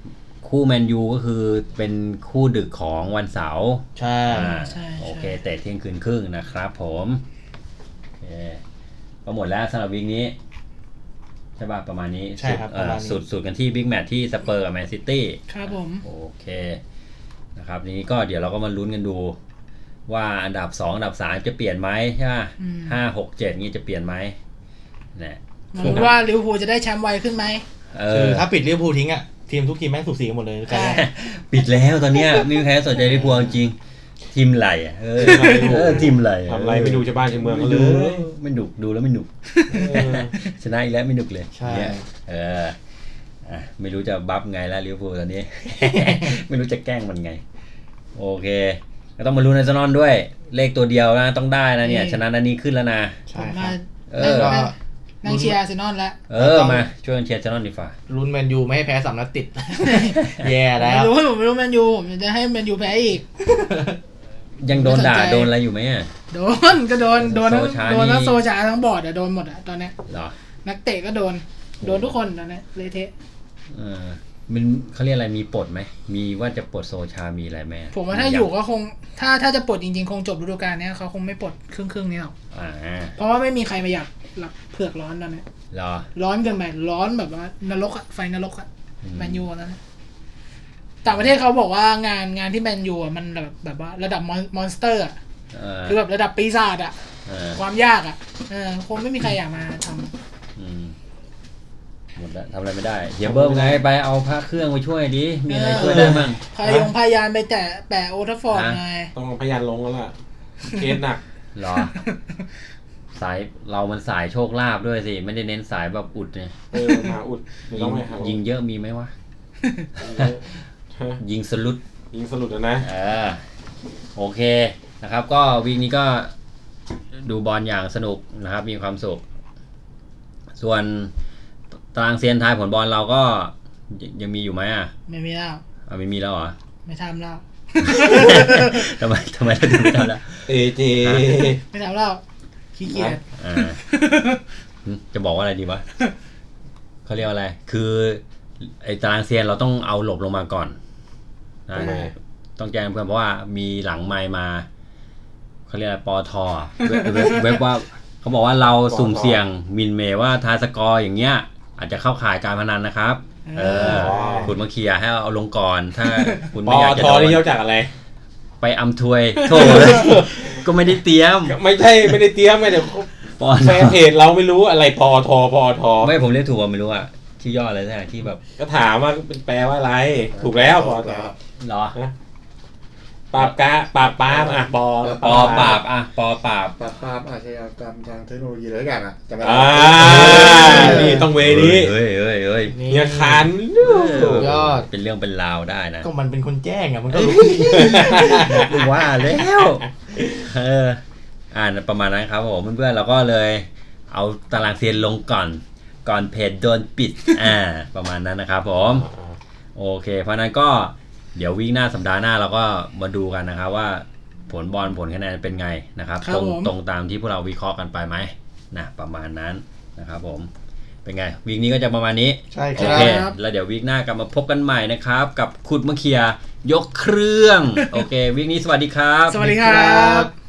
A: คู่แมนยูก็คือเป็นคู่ดึกของวันเสาร์
D: ใช่
A: อ่า
B: ใช่
A: โอเค
B: ใช่
A: เตะเที่ยงคืนครึ่งนะครับผมโอเคก็หมดแล้วสำหรับวีคนี้ ใช่ป่ะประมาณนี้
D: ใช่ครับ
A: สุด
D: ประมาณ
A: เอ่อ
D: นี้
A: สุดสุดกันที่บิ๊กแมตช์ที่สเปอร์กับแมนซิตี้
B: ครับผม
A: โอเคนะครับนี้ก็เดี๋ยวเราก็มาลุ้นกันดู ว่าอันดับสองอันดับสามจะเปลี่ยนไหมใช่ป่ะ
B: อืม
A: ห้าหกเจ็ดนี้จะเปลี่ยนไหมเนี่ย
B: มาลุ้นว่าลิเวอร์พูลจะได้แชมป์ไวขึ้นไหม
A: เอ
D: คือ
A: อ
D: ถ้าปิดลิเวอร์พูลทิ้งอ่ะทีมทุกทีมแม่งสูสีกันหมดเลย
B: ใช่
A: ปิดแล้วตอนเนี้ยไม่มีใครสนใจลิเวอร์พูลจริงทีมไหลอ่ะเออเออทีมไหล
C: ทำอะไรไม่ดูชาวบ้านชาวเมืองกันเล
A: ดู
C: ย
A: ไม่หนุกดูแล้วไม่หนุก
C: เออ
A: ชนะอีกแล้วไม่หนุกเลย
D: ใช่
A: เนี่ยเอออ่ะไม่รู้จะบัฟไงแล้วลิเวอร์พูลตอนนี้ ไม่รู้จะแกล้งมันไง โอเคก็ต้องมาลุ้นอาร์เซนอลด้วย เลขตัวเดียวนะต้องได้นะเนี่ย
B: นี่
A: ชนะนัดนี้ขึ้นแล้วนะ
B: ผ
D: ใช่
B: ม
D: ค
B: มา
D: รับ
A: เอ
B: นั่ง
A: อ
B: นั่งนั่งเชียร์อาร์เซนอลแล้ว
A: เออมาช่วยกันเชียร์อาร์เซนอลดีฝ่า
D: ลุ้นแมนยูไม่ให้แพ้สามนัดติด แย่แล้
B: ไม่
D: ว
B: รู้ผมไม่รู้แมนยูผมจะให้แมนยูแพ้อีก
A: ยังโดนด่า
B: ไม่สนใจ
A: โดนอะไรอยู่ไหมอ่ะ
B: โดนก็โดนโดนทั้ง
A: โซชา
B: โดนทั้ง
A: นี่
B: โซชาทั้งบอร์ดอะโดนหมดอะตอนเนี้ย
A: เหรอ
B: นักเตะก็โดนโดนทุกคนตอนเนี้ยเละเทะ
A: เออมันเขาเรียกอะไรมีปลดไหมมีว่าจะปลดโซชามีอะไรไหม
B: ผมว่าถ้าอยู่ก็คงถ้าถ้าจะปลดจริงๆ คงจบฤดูกาลเนี้ยเขาคงไม่ปลดครึ่งครึ่งๆนี้หรอก
A: อ่า
B: เพราะว่าไม่มีใครมาอยากหลับเผือกร้อนตอนเนี้ย
A: เหรอ
B: ร้อนเกินไปร้อนแบบว่านรกอะไฟนรกอะ
A: อืม
B: แมนยูตอนนั้นต่างประเทศเขาบอกว่างานงานที่แมนยูอะมันแบบแบบว่าระดับมอนสเตอร์อะ
A: เออ
B: คือแบบระดับปีศาจอะ
A: เออ
B: ความยากอะเออคงไม่มีใครอยากมาทำ
A: อืมหมดแล้วทำอะไรไม่ได้เฮียเบิ้มไงไปเอาพระเครื่องไปช่วยดิมีอะไรช่วยได้มั่ง
B: พายงพายานไปแตะแปะโอทัฟฟอร์ด
A: ฮะ
B: ไง
C: ต้องพยานลงแล้วล่ะเคสหนัก
A: เหรอ สายเรามันสายโชคลาภด้วยสิ ไม่ได้เน้นสายแบบอุดเนี่ย
C: เออมาอุดเดี๋ยว
A: ยิ
C: ต้อง งไปหา
A: ยิงเยอะมีไหมวะ
C: ฮะ
A: ยิงสลุด
C: ยิงสลุดแล้วนะ
A: เออโอเคนะครับ ก็วีคนี้ก็ดูบอลอย่างสนุกนะครับ มีความสุข ส่วนตารางเซียนทายผลบอลเราก็ยังยังมีอยู่ไหมอ่ะ
B: ไม่มีแล้ว
A: อ่ะไม่มีแล้วเหรอ
B: ไม่ทำแล้ว
A: ทำไมทำไมเราถึงไม่ทำแล้ว
C: เอเจ
B: ไม่ทำแล้วขี้เกียจ
A: อ่าหึจะบอกว่าอะไรดีวะเขาเรียกว่าอะไร คือไอ้ตารางเซียนเราต้องเอาหลบลงมาก่อนนะ
C: ทำไม
A: ต้องแจ้งเพื่อนเพราะว่ามีหลังไมค์มาเขาเรียกอะไรปอทเว็บเว็บเว็บว่าเขาบอกว่าเราสุ่มเสี่ยงมินเมย์ว่าทายสกอร์อย่างเงี้ย อาจจะเข้าข่ายการพนันนะครับ เออคุณมาเคลียร์ให้เอาลงก่อน ถ้าคุณ
C: ป
A: ไม่
C: อ
A: อยากจะ
C: ท
A: โด
C: นี่
A: น
C: ย่อจากอะไร
A: ไปอำทวยโถเลยก็ไม่ได้เตรียม
C: ไม่ใช่ไม่ได้เตรียมไม่เดี๋ยว
A: ปอ
C: แฟนเพจเราไม่รู้อะไรปอทปอท
A: ไม่ผมเรียกถูกว่าไม่รู้อะที่ย่ออะไรสักอย่างที่แบบ
C: ก็ถามว่าเป็นแปลว่าอะไร ถูกแล้วปอท
A: เหรอ
C: ปราบกะปราบปรามอ่ะปอ
A: ปอปราบอ่ะปอปราบ
E: ปราบปรามอาชญากรรมทางเทคโนโลยีอะไรกันอ่ะจำไม่ได้
C: อ่านี่ต้องเวนี้
A: เฮ้ยเฮ้ยเฮ้ย
D: นี่
C: เนี่ยคาน
D: สุดยอด
A: เป็นเรื่องเป็นราวได้นะ
D: ก็มันเป็นคนแจ้งอ่ะมันก็รู้
A: กูว่าแล้วเอออ่านประมาณนั้นครับผมเพื่อนๆเราก็เลยเอาตารางเซียนลงก่อน ก่อนเพจโดนปิดอ่าประมาณนั้นนะครับผมโอเค เพราะนั้นก็เดี๋ยววีคหน้าสัปดาห์หน้าเราก็มาดูกันนะครับว่าผลบอลผลคะแนนเป็นไงนะครับ
B: ครับ
A: ตรง
B: ผม
A: ตรงตามที่พวกเราวิเคราะห์กันไปไหมนะประมาณนั้นนะครับผมเป็นไงวีคนี้ก็จะประมาณนี้
D: ใช่ค
A: โอ
D: รั
A: เค
D: บ
A: แล้วเดี๋ยววีคหน้ากลับมาพบกันใหม่นะครับ กับขุดมะเขียยกเครื่อง โอเควีคนี้สวัสดีครับ
B: สวัสดีครับ